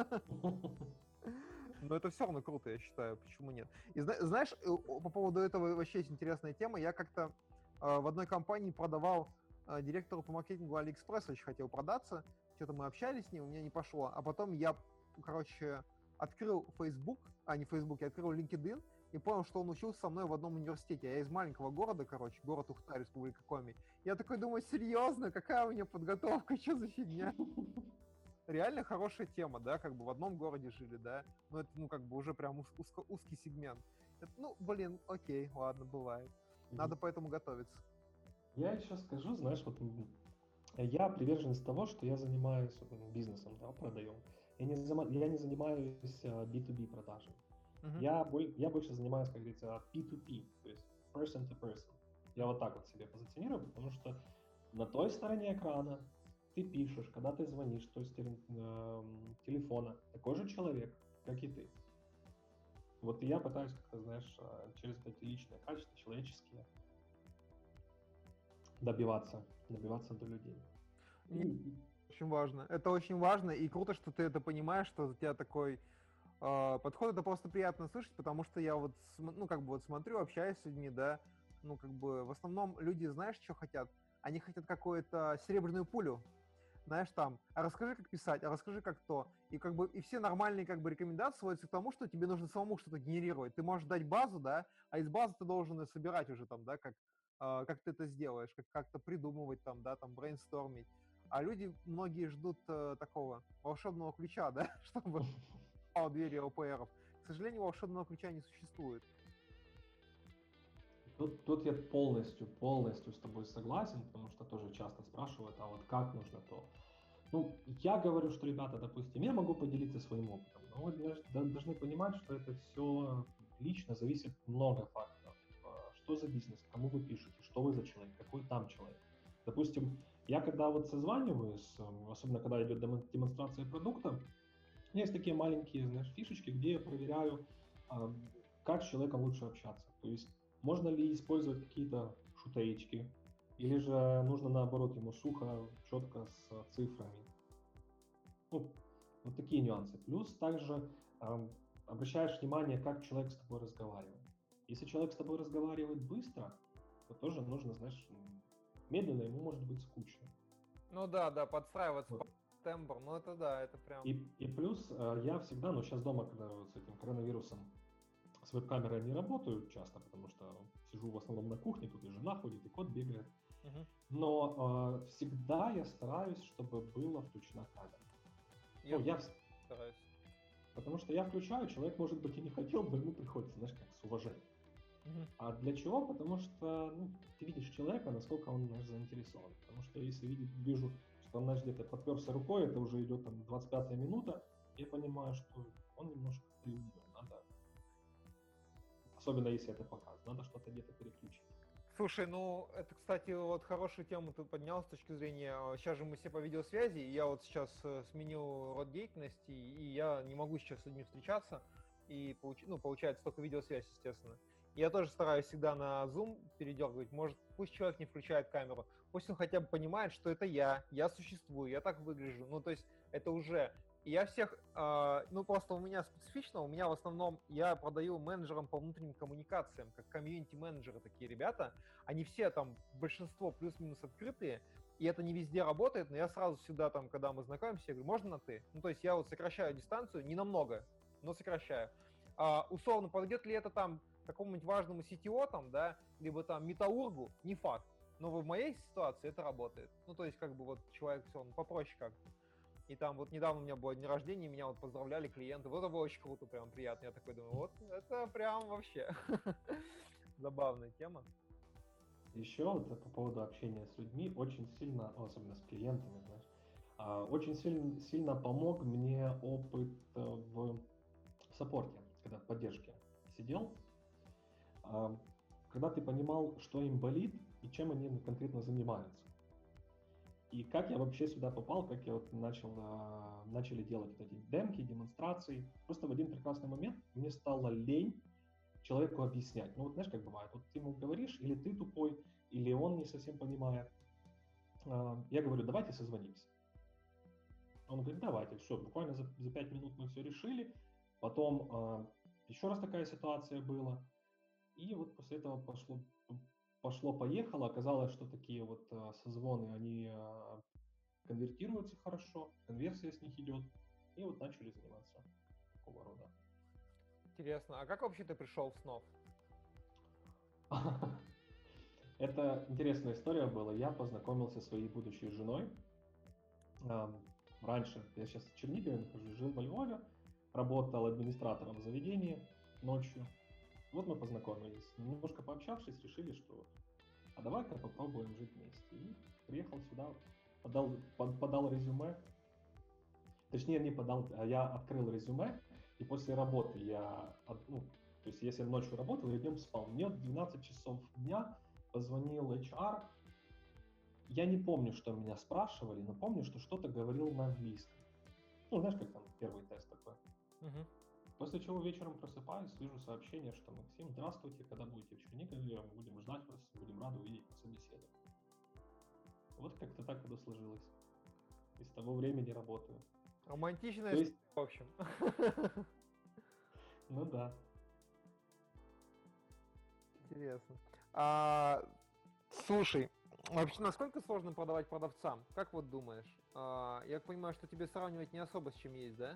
Но это все равно круто, я считаю, почему нет. И знаешь, по поводу этого вообще есть интересная тема. Я как-то в одной компании продавал директору по маркетингу Алиэкспресс, очень хотел продаться. Что-то мы общались с ним, у меня не пошло. А потом я, короче, открыл Facebook, не Facebook, я открыл LinkedIn и понял, что он учился со мной в одном университете. Я из маленького города, короче, город Ухта, Республика Коми. Я такой думаю, серьезно, какая у меня подготовка, что за фигня? Реально хорошая тема, да, как бы в одном городе жили, да, но это, ну, как бы уже прям узкий сегмент. Это, ну, блин, окей, ладно, бывает. Надо поэтому готовиться. Я еще скажу, знаешь, вот Я приверженец того, что я занимаюсь бизнесом, да, продаю. Я не занимаюсь B2B продажами. Мгм. Я больше занимаюсь, как говорится, P2P, то есть person to person. Я вот так вот себе позиционирую, потому что на той стороне экрана ты пишешь, когда ты звонишь, то есть телефона, такой же человек, как и ты. Вот я пытаюсь как-то, знаешь, через эти личные качества, человеческие, добиваться до людей. Не, И очень важно. Это очень важно, и круто, что ты это понимаешь, что у тебя такой подход. Это просто приятно слышать, потому что я вот, ну, как бы вот смотрю, общаюсь с людьми, да, ну, как бы в основном люди, знаешь, что хотят? Они хотят какую-то серебряную пулю, знаешь, там, а расскажи, как писать, а расскажи, как то. И как бы и все нормальные как бы рекомендации сводятся к тому, что тебе нужно самому что-то генерировать. Ты можешь дать базу, да, а из базы ты должен и собирать уже там, да, как ты это сделаешь, как-то придумывать там, да, там, брейнстормить. А люди многие ждут такого волшебного ключа, да, чтобы двери ОПРов. К сожалению, волшебного ключа не существует. тут я полностью с тобой согласен, потому что тоже часто спрашивают, а вот как нужно то. Ну, я говорю, что, ребята, допустим, я могу поделиться своим опытом, но вы должны понимать, что это все лично зависит много факторов. Что за бизнес, кому вы пишете, что вы за человек, какой там человек. Допустим, я когда вот созваниваюсь, особенно когда идет демонстрация продукта, у меня есть такие маленькие, знаешь, фишечки, где я проверяю, а, как с человеком лучше общаться. То есть можно ли использовать какие-то шутеечки, или же нужно наоборот ему сухо, четко с цифрами. Ну, вот такие нюансы. Плюс также ам, обращаешь внимание, как человек с тобой разговаривает. Если человек с тобой разговаривает быстро, то тоже нужно, знаешь, медленно ему может быть скучно. Ну да, да, подстраиваться Вот. под тембр, ну это да, это прям... И плюс я всегда, ну сейчас дома, когда вот с этим коронавирусом с веб-камерой не работаю часто, потому что сижу в основном на кухне, тут и жена ходит, и кот бегает. Мгм. Но всегда я стараюсь, чтобы была включена камера. Я Ну, тоже стараюсь. потому что я включаю, человек, может быть, и не хотел, но ему приходится, знаешь, как с уважением. Мгм. А для чего? Потому что ну, ты видишь человека, насколько он, знаешь, заинтересован. Потому что если вижу, что он, знаешь, где-то подперся рукой, это уже идет там 25-я минута, я понимаю, что он немножко приуныл. Надо, особенно если это показ, надо что-то где-то переключить. Слушай, ну это, кстати, вот хорошую тему ты поднял с точки зрения, сейчас же мы все по видеосвязи, и я вот сейчас сменил род деятельности, и я не могу сейчас с людьми встречаться, и ну, получается только видеосвязь, естественно. Я тоже стараюсь всегда на Zoom передергивать, может, пусть человек не включает камеру, пусть он хотя бы понимает, что это я существую, я так выгляжу, ну то есть это уже... И я всех, ну просто у меня специфично, у меня в основном, я продаю менеджерам по внутренним коммуникациям, как комьюнити-менеджеры такие ребята, они все там, большинство плюс-минус открытые, и это не везде работает, но я сразу всегда там, когда мы знакомимся, я говорю, можно на ты? Ну, то есть я вот сокращаю дистанцию, не намного, но сокращаю. Условно, подойдет ли это там какому-нибудь важному CTO там, да, либо там металлургу, не факт. Но в моей ситуации это работает. Ну, то есть, как бы вот человек все, он попроще как-то. И там вот недавно у меня было день рождения, меня вот поздравляли клиенты. Вот это было очень круто, прям приятно. Я такой думаю, вот это прям вообще забавная тема. Еще вот по поводу общения с людьми очень сильно, ну, особенно с клиентами, знаешь, очень сильно помог мне опыт в саппорте, когда в поддержке сидел, а, когда ты понимал, что им болит и чем они конкретно занимаются. И как я вообще сюда попал, как я вот начали делать вот эти демки, демонстрации. Просто в один прекрасный момент мне стало лень человеку объяснять. Ну вот знаешь, как бывает, вот ты ему говоришь, или ты тупой, или он не совсем понимает. Я говорю, давайте созвонимся. Он говорит, давайте, все, буквально за 5 минут мы все решили. Потом еще раз такая ситуация была. И вот после этого пошло-поехало. Оказалось, что такие вот созвоны, они конвертируются хорошо, конверсия с них идет. И вот начали заниматься такого рода. Интересно, а как вообще ты пришел в снов? Это интересная история была. Я познакомился со своей будущей женой. Ам, Раньше, я сейчас в Чернигове нахожусь, жил во Львове, работал администратором в заведении ночью. Вот мы познакомились. Немножко пообщавшись, решили, что а давай-ка попробуем жить вместе. И приехал сюда подал резюме, точнее не подал, а я открыл резюме, и после работы ну, то есть если я ночью работал, я днем спал. Мне в 12 часов дня позвонил HR, я не помню, что меня спрашивали, но помню, что что-то говорил на английском. Ну, знаешь, как там первый тест такой. Мгм. После чего вечером просыпаюсь, вижу сообщение, что Максим, здравствуйте, когда будете в Чернигове, мы будем ждать вас, будем рады увидеть на собеседовании. Вот как-то так это сложилось. И с того времени работаю. Романтичная То есть, история, в общем. ну да. Интересно. Слушай, вообще, насколько сложно продавать продавцам? Как вот думаешь? Я понимаю, что тебе сравнивать не особо с чем есть, да?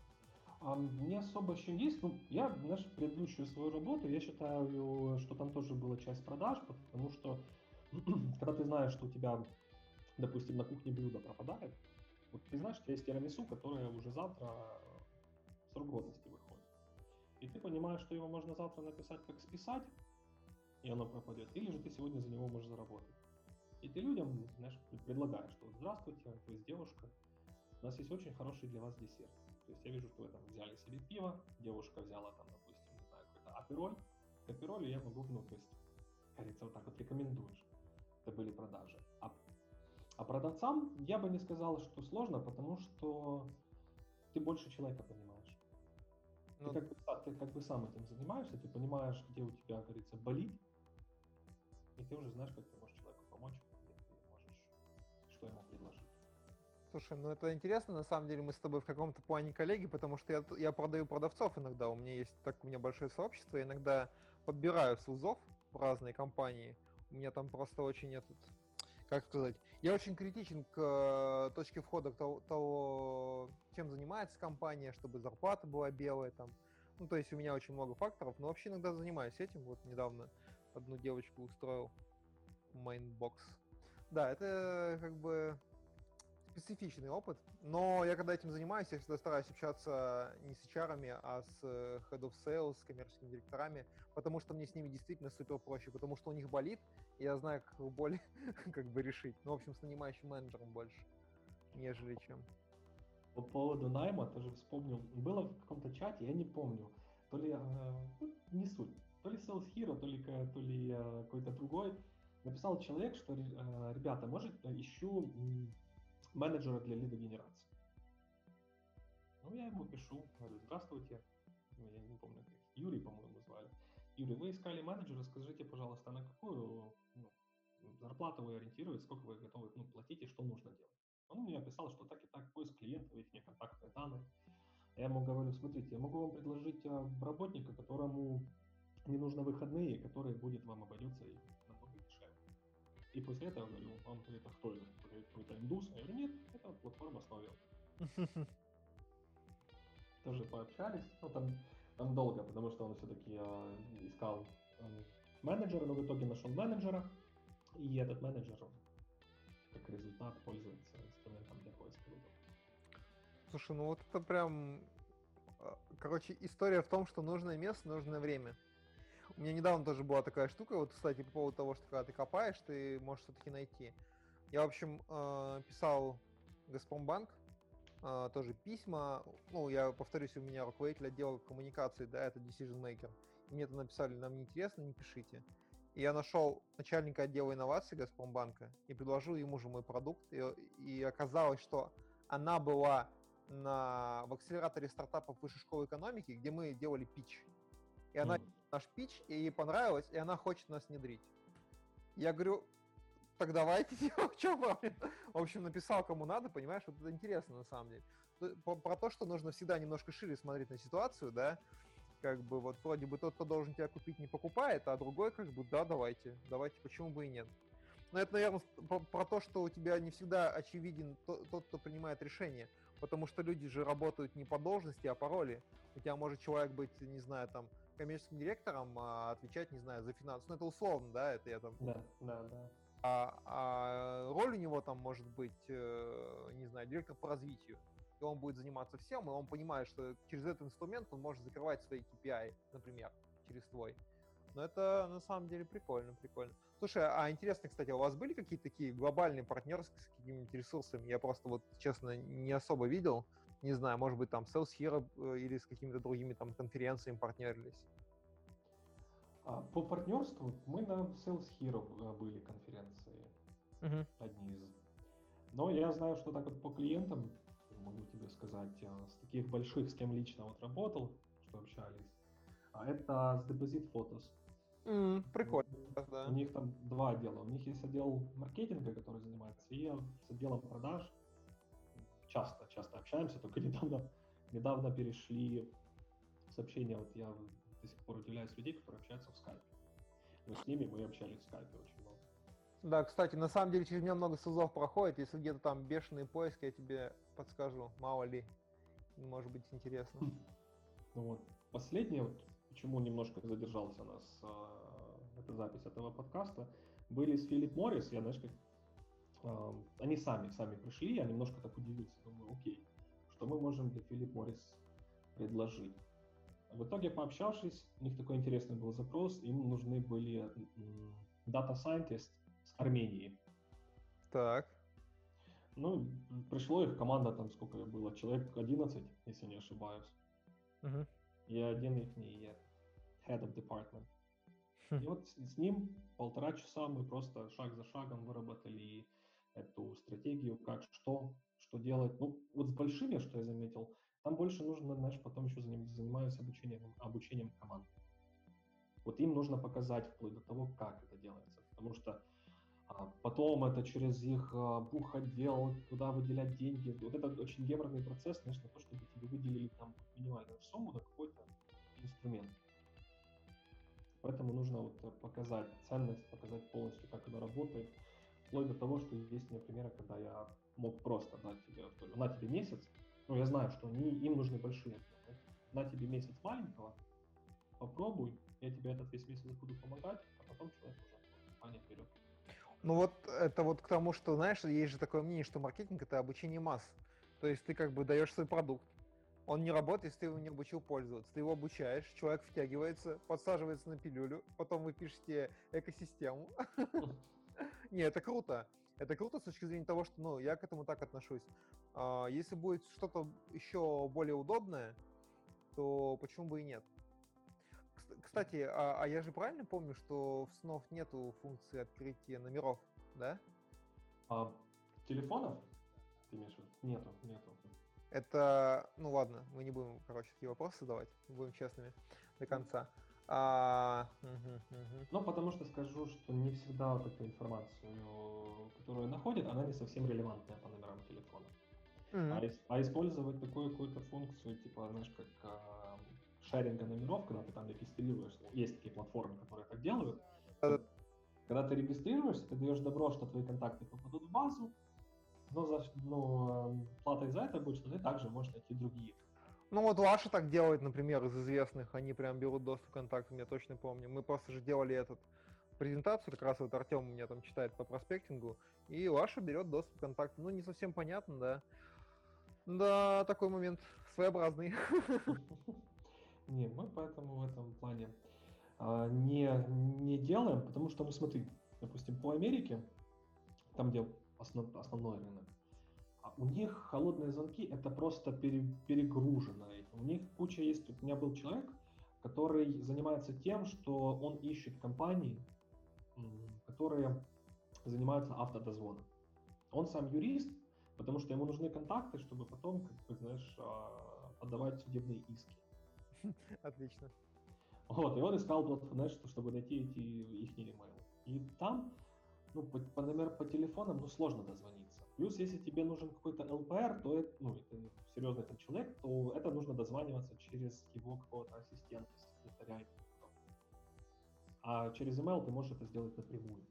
Не особо еще есть. Ну, я, знаешь, предыдущую свою работу, я считаю, что там тоже была часть продаж, потому что когда ты знаешь, что у тебя, допустим, на кухне блюдо пропадает, вот ты знаешь, что у тебя есть тирамису, которое уже завтра срок годности выходит. И ты понимаешь, что его можно завтра написать, как списать, и оно пропадет, или же ты сегодня за него можешь заработать. И ты людям, знаешь, предлагаешь, что вот, здравствуйте, то есть девушка, у нас есть очень хороший для вас десерт. То есть я вижу, что вы там взяли себе пиво, девушка взяла там, допустим, не знаю, какой-то апероль. К аперолю я могу, ну, то есть, кажется, вот так вот рекомендуешь. Это были продажи. А продавцам я бы не сказал, что сложно, потому что ты больше человека понимаешь. Ты Ну, как бы сам этим занимаешься, ты понимаешь, где у тебя, как говорится, болит, и ты уже знаешь, как ты можешь человеку помочь, где ты можешь, что ему предложить. слушай, ну это интересно, на самом деле мы с тобой в каком-то плане коллеги, потому что я продаю продавцов иногда, у меня есть так, у меня большое сообщество, я иногда подбираю СУЗов в разные компании, у меня там просто очень этот, как сказать, я очень критичен к точке входа к того, чем занимается компания, чтобы зарплата была белая там, ну то есть у меня очень много факторов, но вообще иногда занимаюсь этим, вот недавно одну девочку устроил в Майнбокс. Да, это как бы специфичный опыт, но я когда этим занимаюсь, я всегда стараюсь общаться не с HR, а с Head of Sales, с коммерческими директорами, потому что мне с ними действительно супер проще, потому что у них болит, и я знаю, как боль как бы решить. Ну, в общем, с нанимающим менеджером больше, нежели чем. По поводу найма тоже вспомнил. Было в каком-то чате, я не помню, то ли, ну, не суть, то ли Sales Hero, то ли какой-то другой. Написал человек, что, ребята, может, ищу менеджера для лидогенерации. Ну, я ему пишу, говорю, здравствуйте, ну, я не помню, как Юрий, по-моему, звали. Юрий, вы искали менеджера, скажите, пожалуйста, на какую, ну, зарплату вы ориентируете, сколько вы готовы, ну, платить и что нужно делать. Он мне описал, что так и так, поиск клиентов, их контактные данные. Я ему говорю, смотрите, я могу вам предложить работника, которому не нужны выходные, который будет вам обойдется и намного дешевле. И после этого говорю, он говорит, а кто это? Он говорит, какой-то индус. Я говорю, нет, это платформа Snowio. Тоже пообщались, ну там долго, потому что он все-таки искал менеджера, но в итоге нашел менеджера, и этот менеджер, как результат, пользуется инструментом для поиска людей. Слушай, ну вот это прям... Короче, история в том, что нужное место, нужное время. У меня недавно тоже была такая штука, вот, кстати, по поводу того, что когда ты копаешь, ты можешь все-таки найти. Я, в общем, писал Газпромбанк, тоже письма. Ну, я повторюсь, у меня руководитель отдела коммуникации, да, это decision maker. И мне это написали, нам не интересно, не пишите. И я нашел начальника отдела инноваций Газпромбанка и предложил ему же мой продукт. И оказалось, что она была в акселераторе стартапов Высшей школы экономики, где мы делали пич. И она наш пич, и ей понравилось, и она хочет нас внедрить. Я говорю, так давайте делаем, в чем проблема? В общем, написал кому надо, понимаешь, вот это интересно на самом деле. Про то, что нужно всегда немножко шире смотреть на ситуацию, да, как бы вот вроде бы тот, кто должен тебя купить, не покупает, а другой как бы, да, давайте, почему бы и нет. Но это, наверное, про то, что у тебя не всегда очевиден тот, кто принимает решение, потому что люди же работают не по должности, а по роли. У тебя может человек быть, не знаю, там, коммерческим директором, а отвечать, не знаю, за финансы. Ну, это условно, да, это я там... Да. А роль у него там может быть, не знаю, директор по развитию. И он будет заниматься всем, и он понимает, что через этот инструмент он может закрывать свои KPI, например, через твой. Но это на самом деле прикольно, прикольно. Слушай, а интересно, кстати, у вас были какие-то такие глобальные партнерские с какими-нибудь ресурсами? Я просто вот, честно, не особо видел. Не знаю, может быть, там Sales Hero или с какими-то другими там конференциями партнерились. По партнерству мы на Sales Hero были конференции, Мгм. одни из. Но я знаю, что так вот по клиентам, могу тебе сказать, с таких больших, с кем лично вот работал, что общались, это с Deposit Photos. Прикольно, У да. них там два отдела. У них есть отдел маркетинга, который занимается, и с отделом продаж часто общаемся, только недавно перешли сообщения, вот я до сих пор удивляюсь людей, которые общаются в скайпе. Но с ними мы общались в скайпе очень много. Да, кстати, на самом деле через меня много СИЗОВ проходит. Если где-то там бешеный поиск, я тебе подскажу, мало ли, может быть интересно. Ну вот, последнее, вот, почему немножко задержался у нас эта запись этого подкаста, были с Филипп Моррис, я, знаешь, как они сами пришли, я немножко так удивился, думаю, окей, что мы можем для Филипп Моррис предложить. В итоге, пообщавшись, у них такой интересный был запрос, им нужны были Data Scientist с Армении. Так. Ну, пришло их команда, там сколько было, человек 11, если не ошибаюсь. Угу. И один их head of department. И вот с ним 1,5 часа мы просто шаг за шагом выработали эту стратегию, как, что делать. Ну, вот с большими, что я заметил, там больше нужно, знаешь, потом еще занимаюсь обучением команд. Вот им нужно показать вплоть до того, как это делается. Потому что потом это через их бухотдел, куда выделять деньги. Вот это очень геморройный процесс, знаешь, на то, чтобы тебе выделили там минимальную сумму на какой-то инструмент. Поэтому нужно вот показать ценность, показать полностью, как оно работает. Вплоть до того, что есть у меня примеры, когда я мог просто дать тебе, говорю, на тебе месяц, ну я знаю, что им нужны большие объемы. На тебе месяц маленького, попробуй, я тебе этот весь месяц буду помогать, а потом человек уже компания вперед. Ну вот это вот к тому, что, знаешь, есть же такое мнение, что маркетинг — это обучение масс. То есть ты как бы даешь свой продукт, он не работает, если ты его не обучил пользоваться. Ты его обучаешь, человек втягивается, подсаживается на пилюлю, потом вы пишете экосистему. Не, это круто. Это круто с точки зрения того, что, ну, я к этому так отношусь. Если будет что-то еще более удобное, то почему бы и нет? Кстати, а я же правильно помню, что в снов нету функции открытия номеров, да? А телефонов, ты имеешь в виду? Нету. Это, ну ладно, мы не будем, короче, такие вопросы задавать, будем честными до Ну, конца. Мгм. Ну, потому что скажу, что не всегда вот эту информацию, которую находят, она не совсем релевантная по номерам телефона. Мгм. А использовать такую какую-то функцию, типа, знаешь, как шеринга номеров, когда ты там регистрируешься, есть такие платформы, которые так делают, Да-да. когда ты регистрируешься, ты даешь добро, что твои контакты попадут в базу, но платой за это будет, что ты также можешь найти другие. Ну вот Лаша так делает, например, из известных, они прям берут доступ к контактам, я точно помню. Мы просто же делали этот презентацию, как раз вот Артем у меня там читает по проспектингу, и Лаша берет доступ к контактам. Ну, не совсем понятно, да. Да, такой момент своеобразный. Не, мы поэтому в этом плане не делаем, потому что, ну смотри, допустим, по Америке, там, где основной рынок, у них холодные звонки это просто перегружено этим. У них куча есть. У меня был человек, который занимается тем, что он ищет компании, которые занимаются автодозвоном. Он сам юрист, потому что ему нужны контакты, чтобы потом, как бы, знаешь, подавать судебные иски. Отлично. Вот, и он искал, знаешь, чтобы найти эти их имейлы. И там, ну, по телефонам, ну, сложно дозвониться. Плюс, если тебе нужен какой-то ЛПР, то это, ну, это серьезный там человек, то это нужно дозваниваться через его какого-то ассистента, секретаря. А через email ты можешь это сделать напрямую.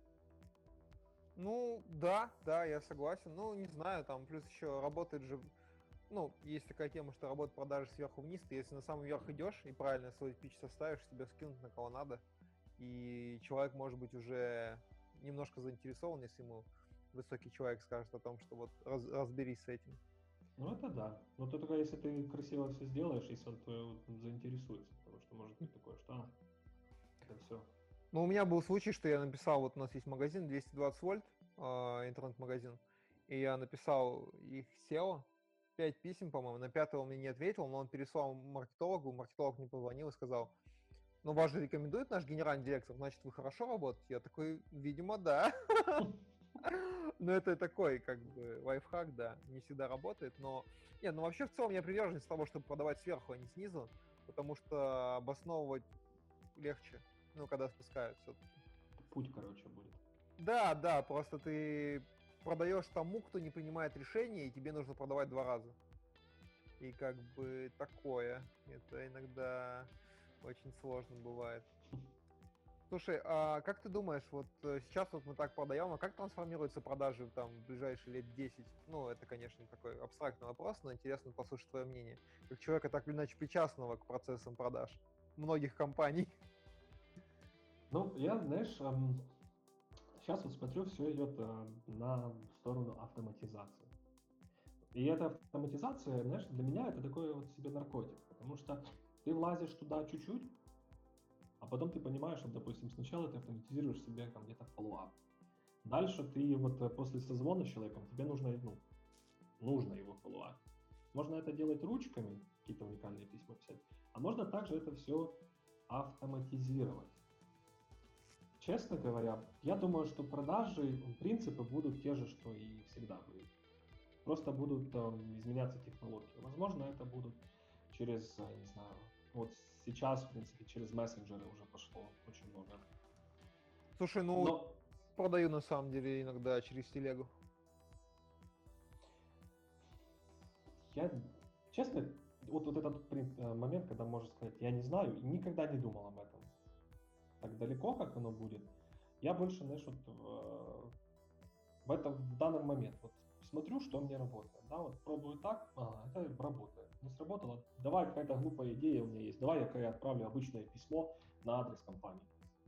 Ну, да, я согласен. Ну, не знаю, там плюс еще работает же, ну, есть такая тема, что работает продажи сверху вниз. Ты если на самый верх идешь и правильно свой пич составишь, тебя скинут на кого надо. И человек может быть уже немножко заинтересован, если ему высокий человек скажет о том, что вот разберись с этим. Ну, это да. Но то только если ты красиво все сделаешь, если он заинтересуется, потому что может быть такое, что это все. Ну, у меня был случай, что я написал, вот у нас есть магазин 220 вольт, интернет-магазин, и я написал их SEO, 5 писем, по-моему, на 5-го он мне не ответил, но он переслал маркетологу, маркетолог мне позвонил и сказал, ну, вас же рекомендует наш генеральный директор, значит, вы хорошо работаете? Я такой, видимо, да. Ну, это такой, как бы, лайфхак, да, не всегда работает, но... Нет, ну, вообще, в целом, я приверженец того, чтобы продавать сверху, а не снизу, потому что обосновывать легче, ну, когда спускаются. Путь, короче, будет. Да, да, просто ты продаешь тому, кто не принимает решения, и тебе нужно продавать 2 раза. И как бы такое. Это иногда очень сложно бывает. Слушай, а как ты думаешь, вот сейчас вот мы так продаем, а как трансформируются продажи там в ближайшие лет 10? Ну, это, конечно, такой абстрактный вопрос, но интересно послушать твое мнение. Как человека так или иначе причастного к процессам продаж многих компаний. Ну, я, знаешь, сейчас вот смотрю, все идет на сторону автоматизации. И эта автоматизация, знаешь, для меня это такой вот себе наркотик, потому что ты влазишь туда чуть-чуть, а потом ты понимаешь, что, допустим, сначала ты автоматизируешь себе там где-то follow-up. Дальше ты вот после созвона с человеком, тебе нужно, ну, нужно его follow-up. Можно это делать ручками, какие-то уникальные письма писать, а можно также это все автоматизировать. Честно говоря, я думаю, что продажи, принципы будут те же, что и всегда были. Просто будут изменяться технологии. Возможно, это будут через, не знаю, вот сейчас, в принципе, через мессенджеры уже пошло очень много. Слушай, ну, Но продаю на самом деле иногда через телегу. я, честно, вот этот момент, когда можно сказать, я не знаю и никогда не думал об этом. Так далеко, как оно будет, я больше, знаешь, вот в этом в данный момент вот смотрю, что мне работает, да, вот пробую так, это работает, не сработало, давай какая-то глупая идея у меня есть, давай я отправлю обычное письмо на адрес компании.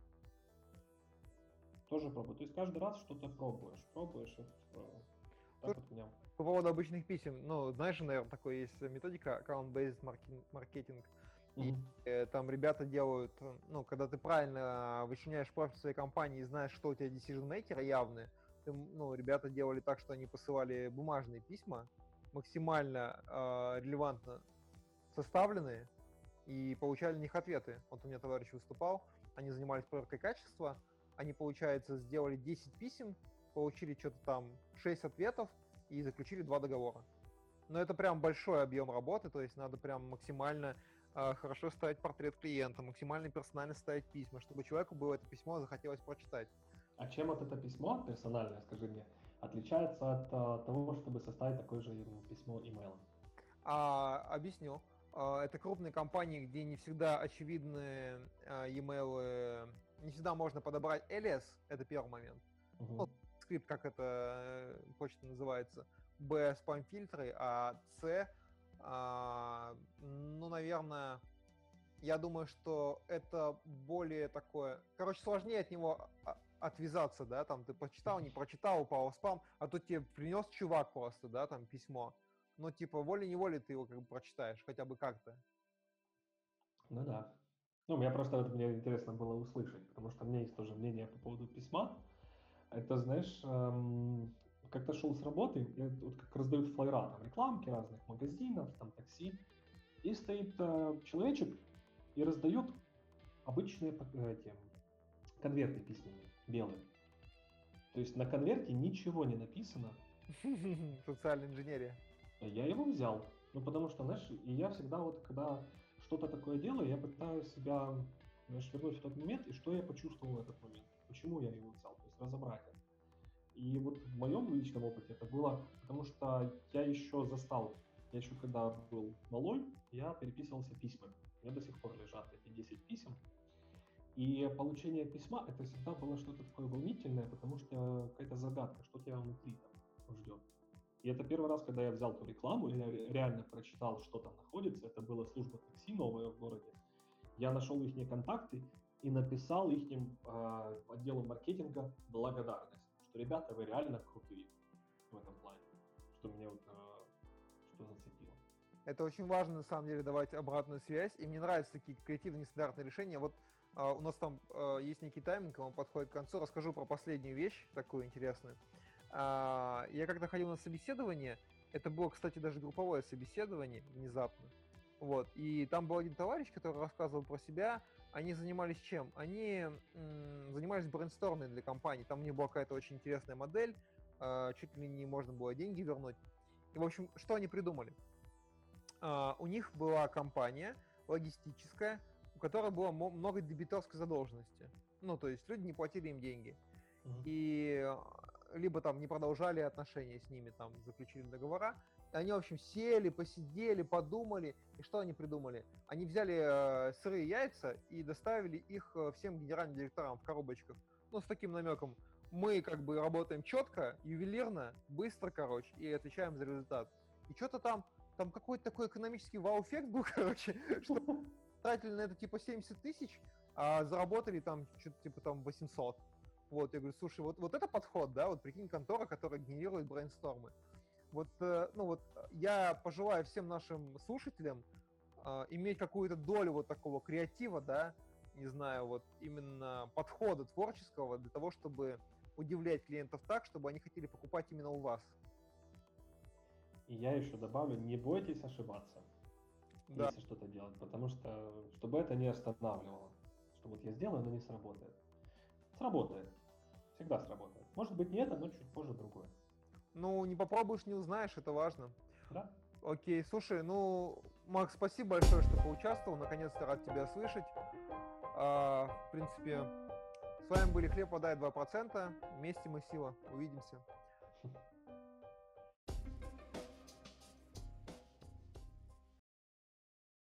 Тоже пробую, то есть каждый раз что-то пробуешь, так вот у меня. По поводу обычных писем, ну, знаешь, наверное, такой есть методика account-based маркетинг, и там ребята делают, ну, когда ты правильно вычленяешь профиль своей компании и знаешь, что у тебя decision-мейкеры явные, ну, ребята делали так, что они посылали бумажные письма, максимально релевантно составленные, и получали на них ответы. Вот у меня товарищ выступал, они занимались проверкой качества, они, получается, сделали 10 писем, получили что-то там 6 ответов и заключили 2 договора. Но это прям большой объем работы, то есть надо прям максимально хорошо ставить портрет клиента, максимально персонально ставить письма, чтобы человеку было это письмо захотелось прочитать. А чем вот это письмо персональное, скажи мне, отличается от того, чтобы составить такое же письмо имейлом? Объясню. Это крупные компании, где не всегда очевидны e-mail, не всегда можно подобрать alias, это первый момент. Ну, скрипт, как это почта называется. Б, спам-фильтры, а С, ну, наверное, я думаю, что это более такое... Короче, сложнее от него отвязаться, да, там ты прочитал, не прочитал, упал в спам, а тут тебе принес чувак просто, да, там письмо. Ну, типа, волей-неволей ты его как бы прочитаешь, хотя бы как-то. Ну да. Ну, мне просто это мне интересно было услышать, потому что у меня есть тоже мнение по поводу письма. Это, знаешь, как-то шел с работы, и вот как раздают флайера, там рекламки разных магазинов, там такси, и стоит человечек и раздает обычные эти конверты письменные, белые. То есть на конверте ничего не написано. Социальная инженерия. Я его взял. Ну, потому что, знаешь, и я всегда вот, когда что-то такое делаю, я пытаюсь себя, знаешь, вернуть в тот момент, и что я почувствовал в этот момент. Почему я его взял, то есть разобрать это. И вот в моем личном опыте это было, потому что я еще застал, я еще когда был малой, я переписывался письмами. У меня до сих пор лежат эти 10 писем. И получение письма это всегда было что-то такое волнительное, потому что какая-то загадка, что тебя внутри там ждет. И это первый раз, когда я взял ту рекламу, и я реально прочитал, что там находится. Это была служба такси новая в городе. Я нашел их контакты и написал их отделу маркетинга благодарность, что ребята, вы реально крутые в этом плане, что меня вот что зацепило. Это очень важно, на самом деле, давать обратную связь. И мне нравятся такие креативные, нестандартные решения. Вот У нас там есть некий тайминг, он подходит к концу. Расскажу про последнюю вещь, такую интересную. Я когда ходил на собеседование, это было, кстати, даже групповое собеседование внезапно. Вот. И там был один товарищ, который рассказывал про себя. Они занимались чем? Они занимались брейнстормингом для компании. Там у них была какая-то очень интересная модель, чуть ли не можно было деньги вернуть. И, в общем, что они придумали? У них была компания логистическая, у которой было много дебиторской задолженности. Ну, то есть люди не платили им деньги. И либо там не продолжали отношения с ними, там заключили договора. И они, в общем, сели, посидели, подумали. И что они придумали? Они взяли сырые яйца и доставили их всем генеральным директорам в коробочках. Ну, с таким намеком. Мы как бы работаем четко, ювелирно, быстро, короче, и отвечаем за результат. И что-то там какой-то такой экономический вау-эффект был, короче, что тратили на это типа 70 тысяч, а заработали там что-то типа там 800. Вот, я говорю, слушай, вот это подход, да, вот прикинь, контора, которая генерирует брейнстормы. Вот, ну вот, я пожелаю всем нашим слушателям иметь какую-то долю вот такого креатива, да, не знаю, вот именно подхода творческого для того, чтобы удивлять клиентов так, чтобы они хотели покупать именно у вас. И я еще добавлю, не бойтесь ошибаться, Да. если что-то делать, потому что, чтобы это не останавливало, что вот я сделаю, но не сработает. Сработает. Всегда сработает. Может быть не это, но чуть позже другое. Ну, не попробуешь, не узнаешь, это важно. Да. Окей, слушай, ну, Макс, спасибо большое, что поучаствовал, наконец-то рад тебя слышать. В принципе, с вами были Хлеб, вода и 2%, вместе мы сила, увидимся.